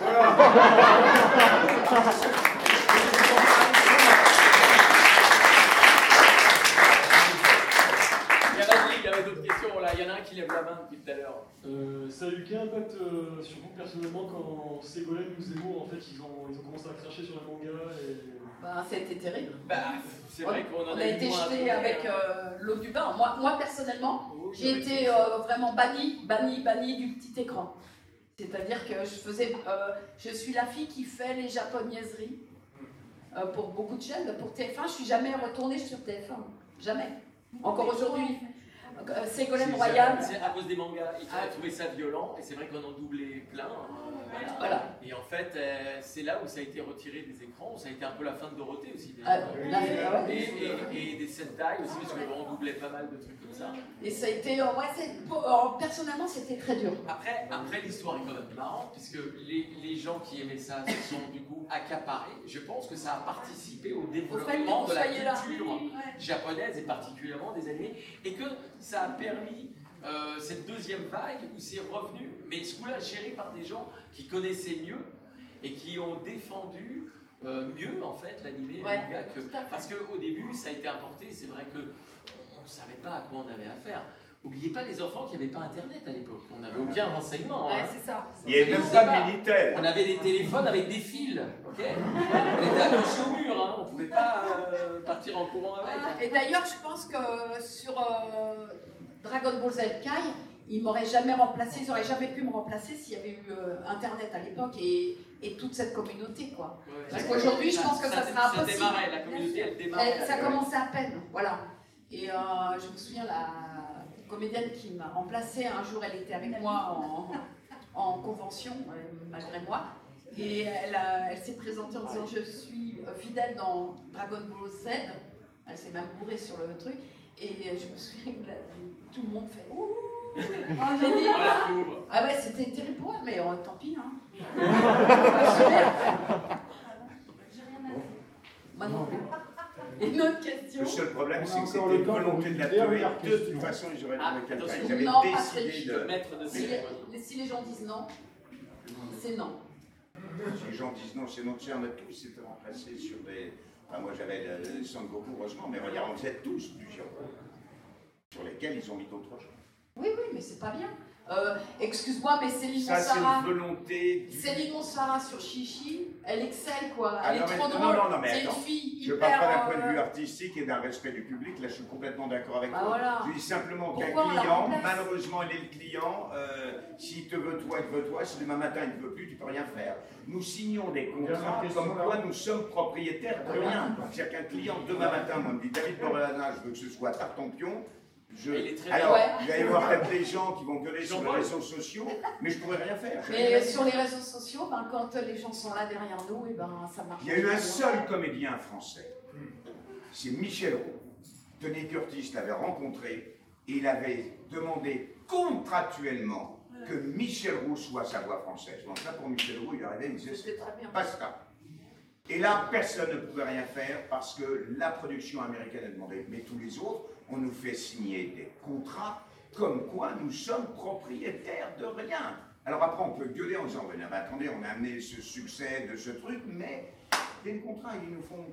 S3: Il y en a, il y avait d'autres questions. Là, il y en a un qui lève la main depuis tout à l'heure.
S10: Euh, ça a eu quel impact euh, sur vous personnellement quand Ségolène ou Zemmour en fait ils ont, ils ont commencé à cracher sur la manga et...
S5: Bah, ça a été terrible.
S3: Bah, c'est vrai qu'on en
S5: On
S3: a,
S5: a
S3: eu
S5: été
S3: moins
S5: jeté
S3: un peu,
S5: avec
S3: hein.
S5: euh, l'eau du bain. Moi, moi personnellement,
S3: Oui,
S5: j'ai
S3: avec-
S5: été euh, vraiment bannie, bannie, bannie du petit écran. C'est-à-dire que je faisais, euh, je suis la fille qui fait les japonaiseries euh, pour beaucoup de chaînes. Pour T F un, je suis jamais retournée sur T F un, jamais. Encore aujourd'hui, euh, Ségolène
S3: C'est-
S5: Royal.
S3: C'est à cause des mangas. Ils
S5: Ah.
S3: ont trouvé ça violent. Et c'est vrai qu'on en doublait plein. hein, voilà.
S5: Voilà.
S3: Et en fait, euh, c'est là où ça a été retiré des écrans. Ça a été un peu la fin de Dorothée aussi. déjà.
S5: Ah, là, ah ouais.
S3: Et, et- et des Sentai aussi, parce qu'on doublait pas mal de trucs comme ça.
S5: Et ça a été, euh, ouais, c'est- euh, personnellement, c'était très dur.
S3: Après, après l'histoire est quand même marrante, puisque les, les gens qui aimaient ça se sont du coup accaparé. Je pense que ça a participé au
S5: Au fait que
S3: développement
S5: vous
S3: de la
S5: soyez là.
S3: culture japonaise et particulièrement des animés, et que ça a permis euh, cette deuxième vague où c'est revenu, mais ce coup-là géré par des gens qui connaissaient mieux et qui ont défendu euh, mieux en fait l'animé et
S5: Ouais,
S3: le manga que,
S5: tout à fait.
S3: parce qu'au début ça a été importé, c'est vrai que on ne savait pas à quoi on avait affaire. N'oubliez pas les enfants qui n'avaient pas internet à l'époque, on n'avait aucun renseignement.
S5: Ouais,
S3: hein.
S5: c'est ça.
S2: Il n'y avait même pas de Minitel.
S3: On avait des téléphones avec des fils, ok? On était accrochés au mur, hein. On ne pouvait pas euh, partir en courant avec.
S5: Et d'ailleurs, je pense que sur euh, Dragon Ball Z Kai, ils m'auraient jamais remplacé, ils n'auraient jamais pu me remplacer s'il y avait eu euh, Internet à l'époque et, et toute cette communauté, quoi.
S3: Ouais,
S5: Parce
S3: ouais.
S5: qu'aujourd'hui, je pense que ça,
S3: ça
S5: sera
S3: ça
S5: impossible.
S3: démarrait, la communauté, elle démarrait.
S5: Elle- ça commençait à peine, voilà. Et euh, je me souviens, la comédienne qui m'a remplacée, un jour, elle était avec moi en, en convention, euh, malgré moi. Et elle, a- elle s'est présentée en disant « Je suis euh, fidèle dans Dragon Ball Z ». Elle s'est même bourrée sur le truc. Et euh, je me souviens que la- tout le monde fait « Ouh !» J'ai dit,
S3: Oh, la pauvre.
S5: ah ouais, c'était terrible pour elle, mais euh, tant pis. Hein. Moi non plus. Une autre question.
S2: Le seul problème,
S4: On a
S2: c'est que
S4: encore
S2: c'était
S4: le temps
S2: volonté
S4: pour
S2: de la
S4: une
S2: tuer.
S4: dernière
S2: De
S4: question.
S2: toute façon, ils auraient
S5: Ah,
S2: trouvé quelqu'un.
S5: attention.
S2: Ils avaient
S5: Non,
S2: décidé
S5: Patrick,
S2: de.
S3: Maître de
S5: Si
S3: cérémonie.
S5: les, si les gens disent non, c'est non.
S2: Si les gens disent non, c'est non, tu sais, on a tous été remplacés sur des. Enfin, moi j'avais le, le Sangoku, heureusement, mais regarde, on faisait tous plusieurs sur lesquels ils ont mis d'autres gens.
S5: Oui, oui, mais c'est pas bien. Euh, Excuse-moi, mais Céline
S2: Ça, c'est
S5: Monsara,
S2: une volonté. du-
S5: Céline Monsara sur Chichi, elle excelle quoi.
S2: Ah,
S5: Elle
S2: non,
S5: est
S2: mais-
S5: trop
S2: non,
S5: drôle.
S2: non, non, mais
S5: C'est une
S2: attends.
S5: fille
S2: Je
S5: hyper.
S2: parle pas d'un point de vue
S5: euh,
S2: artistique et d'un respect du public, là je suis complètement d'accord avec
S5: Bah
S2: toi.
S5: voilà.
S2: Je dis simplement qu'un
S5: Pourquoi on la
S2: client,
S5: remplace
S2: malheureusement il est le client, euh, s'il te veut toi, il te veut toi, si demain matin il ne veut plus, tu peux rien faire. Nous signons des contrats
S4: Dernière question,
S2: comme
S4: là.
S2: quoi nous sommes propriétaires de rien. C'est-à-dire qu'un client demain matin moi, me dit David Borlana, je veux que ce soit Tartampion. Je...
S3: Il est très
S2: Alors,
S5: bien.
S2: il va y avoir peut-être des gens qui vont gueuler sur les
S3: Jean-Paul.
S2: réseaux sociaux, mais je ne pourrais rien faire. Je
S5: Mais
S2: rien
S5: sur les réseaux sociaux, ben, quand les gens sont là derrière nous, et ben, ça marche.
S2: Il y a eu un seul comédien français, c'est Michel Roux. Tony Curtis l'avait rencontré et il avait demandé contractuellement que Michel Roux soit sa voix française. Donc là, pour Michel Roux, il arrivait, il disait
S5: C'était très bien.
S2: basta. Et là, personne ne pouvait rien faire parce que la production américaine a demandé. Mais tous les autres, on nous fait signer des contrats comme quoi nous sommes propriétaires de rien. Alors après, on peut gueuler en disant, mais attendez, on a amené ce succès de ce truc, mais les contrats, ils nous font,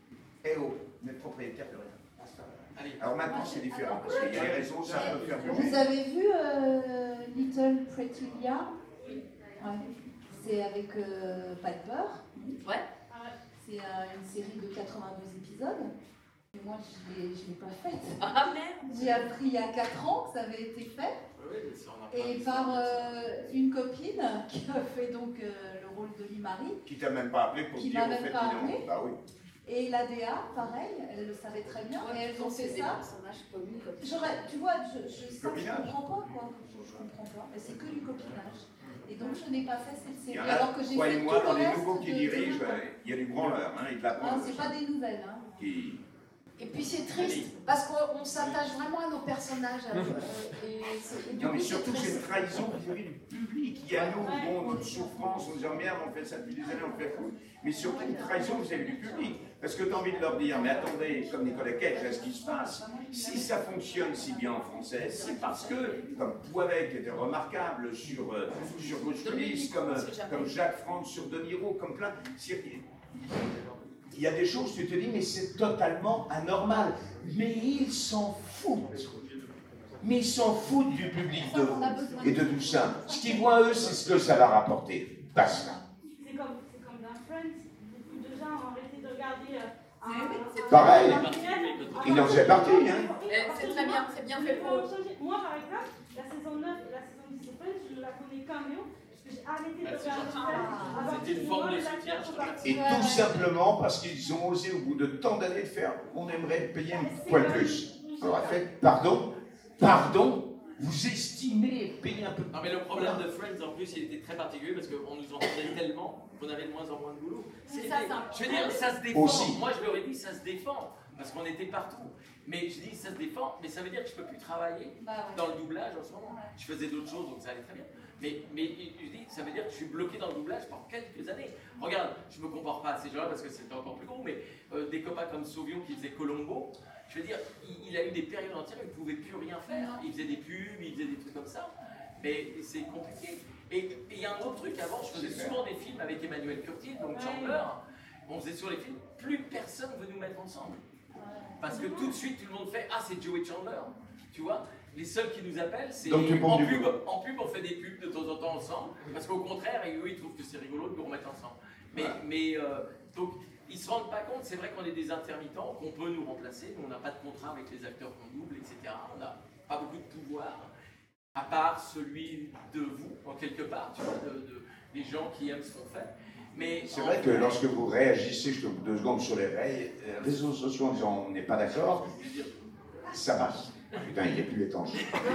S2: eh oh, on est propriétaires de rien.
S3: Allez.
S2: Alors maintenant, c'est différent, parce qu'il y a les réseaux, ça peut faire
S1: Vous
S2: bouger.
S1: avez vu euh, Little Pretty Liar? Ouais. C'est avec euh, Piper.
S5: Ouais.
S1: C'est euh, une série de quatre-vingt-douze épisodes. Et moi, je ne l'ai pas faite.
S5: Ah merde.
S1: J'ai appris il y a quatre ans que ça avait été fait.
S3: Oui, mais ça, on a pas
S1: Et
S3: dit
S1: par
S3: ça.
S1: euh, une copine qui a fait donc euh, le rôle de Lee-Marie.
S2: Qui t'a même pas appelé pour
S1: Qui
S2: dire
S1: m'a
S2: au
S1: même
S2: fait
S1: pas
S2: qu'il est
S1: appelé.
S2: en- Bah oui.
S1: Et l'A D A, pareil, elle le savait très bien. Et elles ont fait
S5: des
S1: ça.
S5: personnages connus comme ça.
S1: J'aurais, tu vois, je, je, ça, je
S2: Copinage.
S1: comprends pas, quoi. Je, je comprends pas. Mais c'est que du copinage. Et donc, je n'ai pas fait cette
S2: Il y
S1: série.
S2: en a,
S1: Alors que j'ai
S2: toi
S1: fait
S2: et
S1: tout
S2: moi,
S1: le
S2: dans les
S1: reste
S2: nouveaux qui
S1: de-
S2: dirigent, euh, il y a du branleur, hein, ils te
S1: Ah,
S2: l'apprennent.
S1: c'est pas des nouvelles, hein.
S2: Qui...
S5: Et puis c'est triste, parce qu'on s'attache vraiment à nos personnages. euh, et c'est- et du
S2: Non, mais
S5: coup,
S2: surtout,
S5: triste.
S2: c'est une trahison vis-à-vis du public. Il y a nous, bon, notre souffrance, on nous dit merde, on fait ça depuis des années, on le fait fou. Mais surtout une trahison vis-à-vis du public. Parce que tu as envie de leur dire, mais attendez, comme Nicolas Cage, là, ce qui se passe, si ça fonctionne si bien en français, c'est parce que, comme Poivec était remarquable sur, euh, sur Bruce Willis, comme, euh, comme Jacques France sur De Niro, comme plein. c'est- Il y a des choses, tu te dis, mais c'est totalement anormal. Mais ils s'en foutent. Mais ils s'en foutent du public de, et de tout ça. Ce qu'ils voient, eux, c'est ce que ça va rapporter. Basta.
S12: C'est comme, c'est comme dans Friends, beaucoup de gens ont arrêté de regarder euh, un,
S2: Pareil.
S12: un film.
S2: Il en faisait partie, hein.
S5: Eh, c'est très bien, c'est bien fait pour eux.
S12: Moi, par exemple, la saison neuf et la saison dix de Friends, je la connais quand même, parce que j'ai arrêté de
S3: Ah, c'est
S12: regarder
S3: gentil.
S12: Friends. avant
S3: C'était une
S12: que
S3: forme de
S12: les
S3: soutien,
S12: acteurs
S3: je te
S12: soient
S3: remercie.
S2: Et
S12: partis.
S2: tout simplement parce qu'ils ont osé, au bout de tant d'années, de faire, on aimerait payer un poil plus. Alors, en fait, pardon, pardon, vous estimez payer un peu
S3: Non, mais le problème de Friends, en plus, il était très particulier parce qu'on nous entendait tellement qu'on avait de moins en moins de boulot.
S5: C'est
S3: C'était-
S5: ça, ça.
S3: Je veux dire, ça se défend.
S2: Aussi.
S3: Moi, je leur ai dit, ça se défend. parce qu'on était partout. Mais je dis, ça se défend, mais ça veut dire que je ne peux plus travailler
S1: bah ouais.
S3: dans le doublage en ce moment. Ouais. Je faisais d'autres choses, donc ça allait très bien. Mais, mais je dis, ça veut dire que je suis bloqué dans le doublage pendant quelques années. Regarde, je ne me compare pas à ces gens-là parce que c'était encore plus gros, mais euh, des copains comme Sauvio qui faisait Colombo, je veux dire, il, il a eu des périodes entières où il ne pouvait plus rien faire. Il faisait des pubs, il faisait des trucs comme ça. Mais c'est compliqué. Et il y a un autre truc, avant, je faisais souvent des films avec Emmanuel Curtil, donc Chandler. On faisait sur les films, plus personne veut nous mettre ensemble. Parce que tout de suite, tout le monde fait « Ah, c'est Joey Chandler ». Tu vois, les seuls qui nous appellent, c'est en pub, en pub, on fait des pubs de temps en temps ensemble. Parce qu'au contraire, eux, ils trouvent que c'est rigolo de nous remettre ensemble. Mais, ouais. mais euh, donc, ils ne se rendent pas compte, c'est vrai qu'on est des intermittents, qu'on peut nous remplacer. Nous, on n'a pas de contrat avec les acteurs qu'on double, et cetera. On n'a pas beaucoup de pouvoir, à part celui de vous, en quelque part, tu vois, de, de, des gens qui aiment ce qu'on fait.
S2: C'est vrai que lorsque vous réagissez, je te coupe deux secondes sur les réseaux sociaux en disant on n'est pas d'accord, ça passe. Putain, il n'y a plus l'étanche.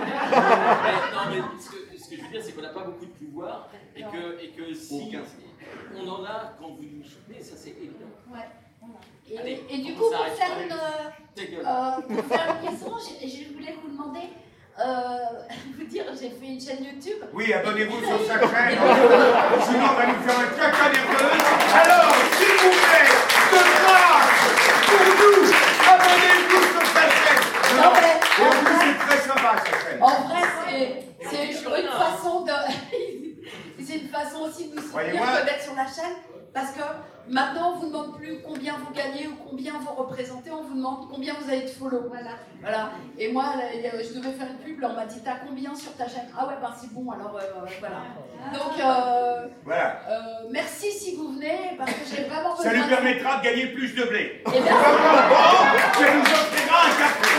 S3: Non, mais ce que, ce que je veux dire, c'est qu'on n'a pas beaucoup de pouvoir et que, et que si on en a quand vous nous soutenez, ça c'est évident.
S7: Ouais. Et,
S3: Allez,
S7: et du coup, pour faire, une, euh, pour faire une question, je, je voulais vous demander. Euh, vous dire, j'ai fait une chaîne YouTube.
S8: Oui, abonnez-vous sur sa chaîne. Sinon, on va nous faire un caca nerveux. Alors, s'il vous plaît, de grâce, pour nous, abonnez-vous sur sa chaîne. Non, mais, et en plus, c'est très sympa, sa chaîne.
S5: En vrai, c'est une façon de. C'est une façon aussi de nous soutenir que d'être sur la chaîne. Parce que maintenant, on ne vous demande plus combien vous gagnez ou combien vous représentez, on vous demande combien vous avez de follow. Voilà. Voilà. Et moi, je devais faire une pub, là, on m'a dit t'as combien sur ta chaîne? Ah ouais, bah c'est bon, alors euh, voilà. Donc, euh,
S8: voilà.
S5: Euh, merci si vous venez, parce que j'ai vraiment besoin.
S8: Ça lui permettra de gagner plus de blé.
S5: Et bien,
S8: ça nous offrira un café.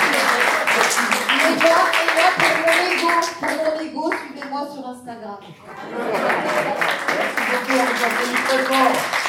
S1: Et moi, et moi pour mon ego, pour mon ego, suivez-moi sur Instagram.
S8: Merci beaucoup, on vous applaudit très fort.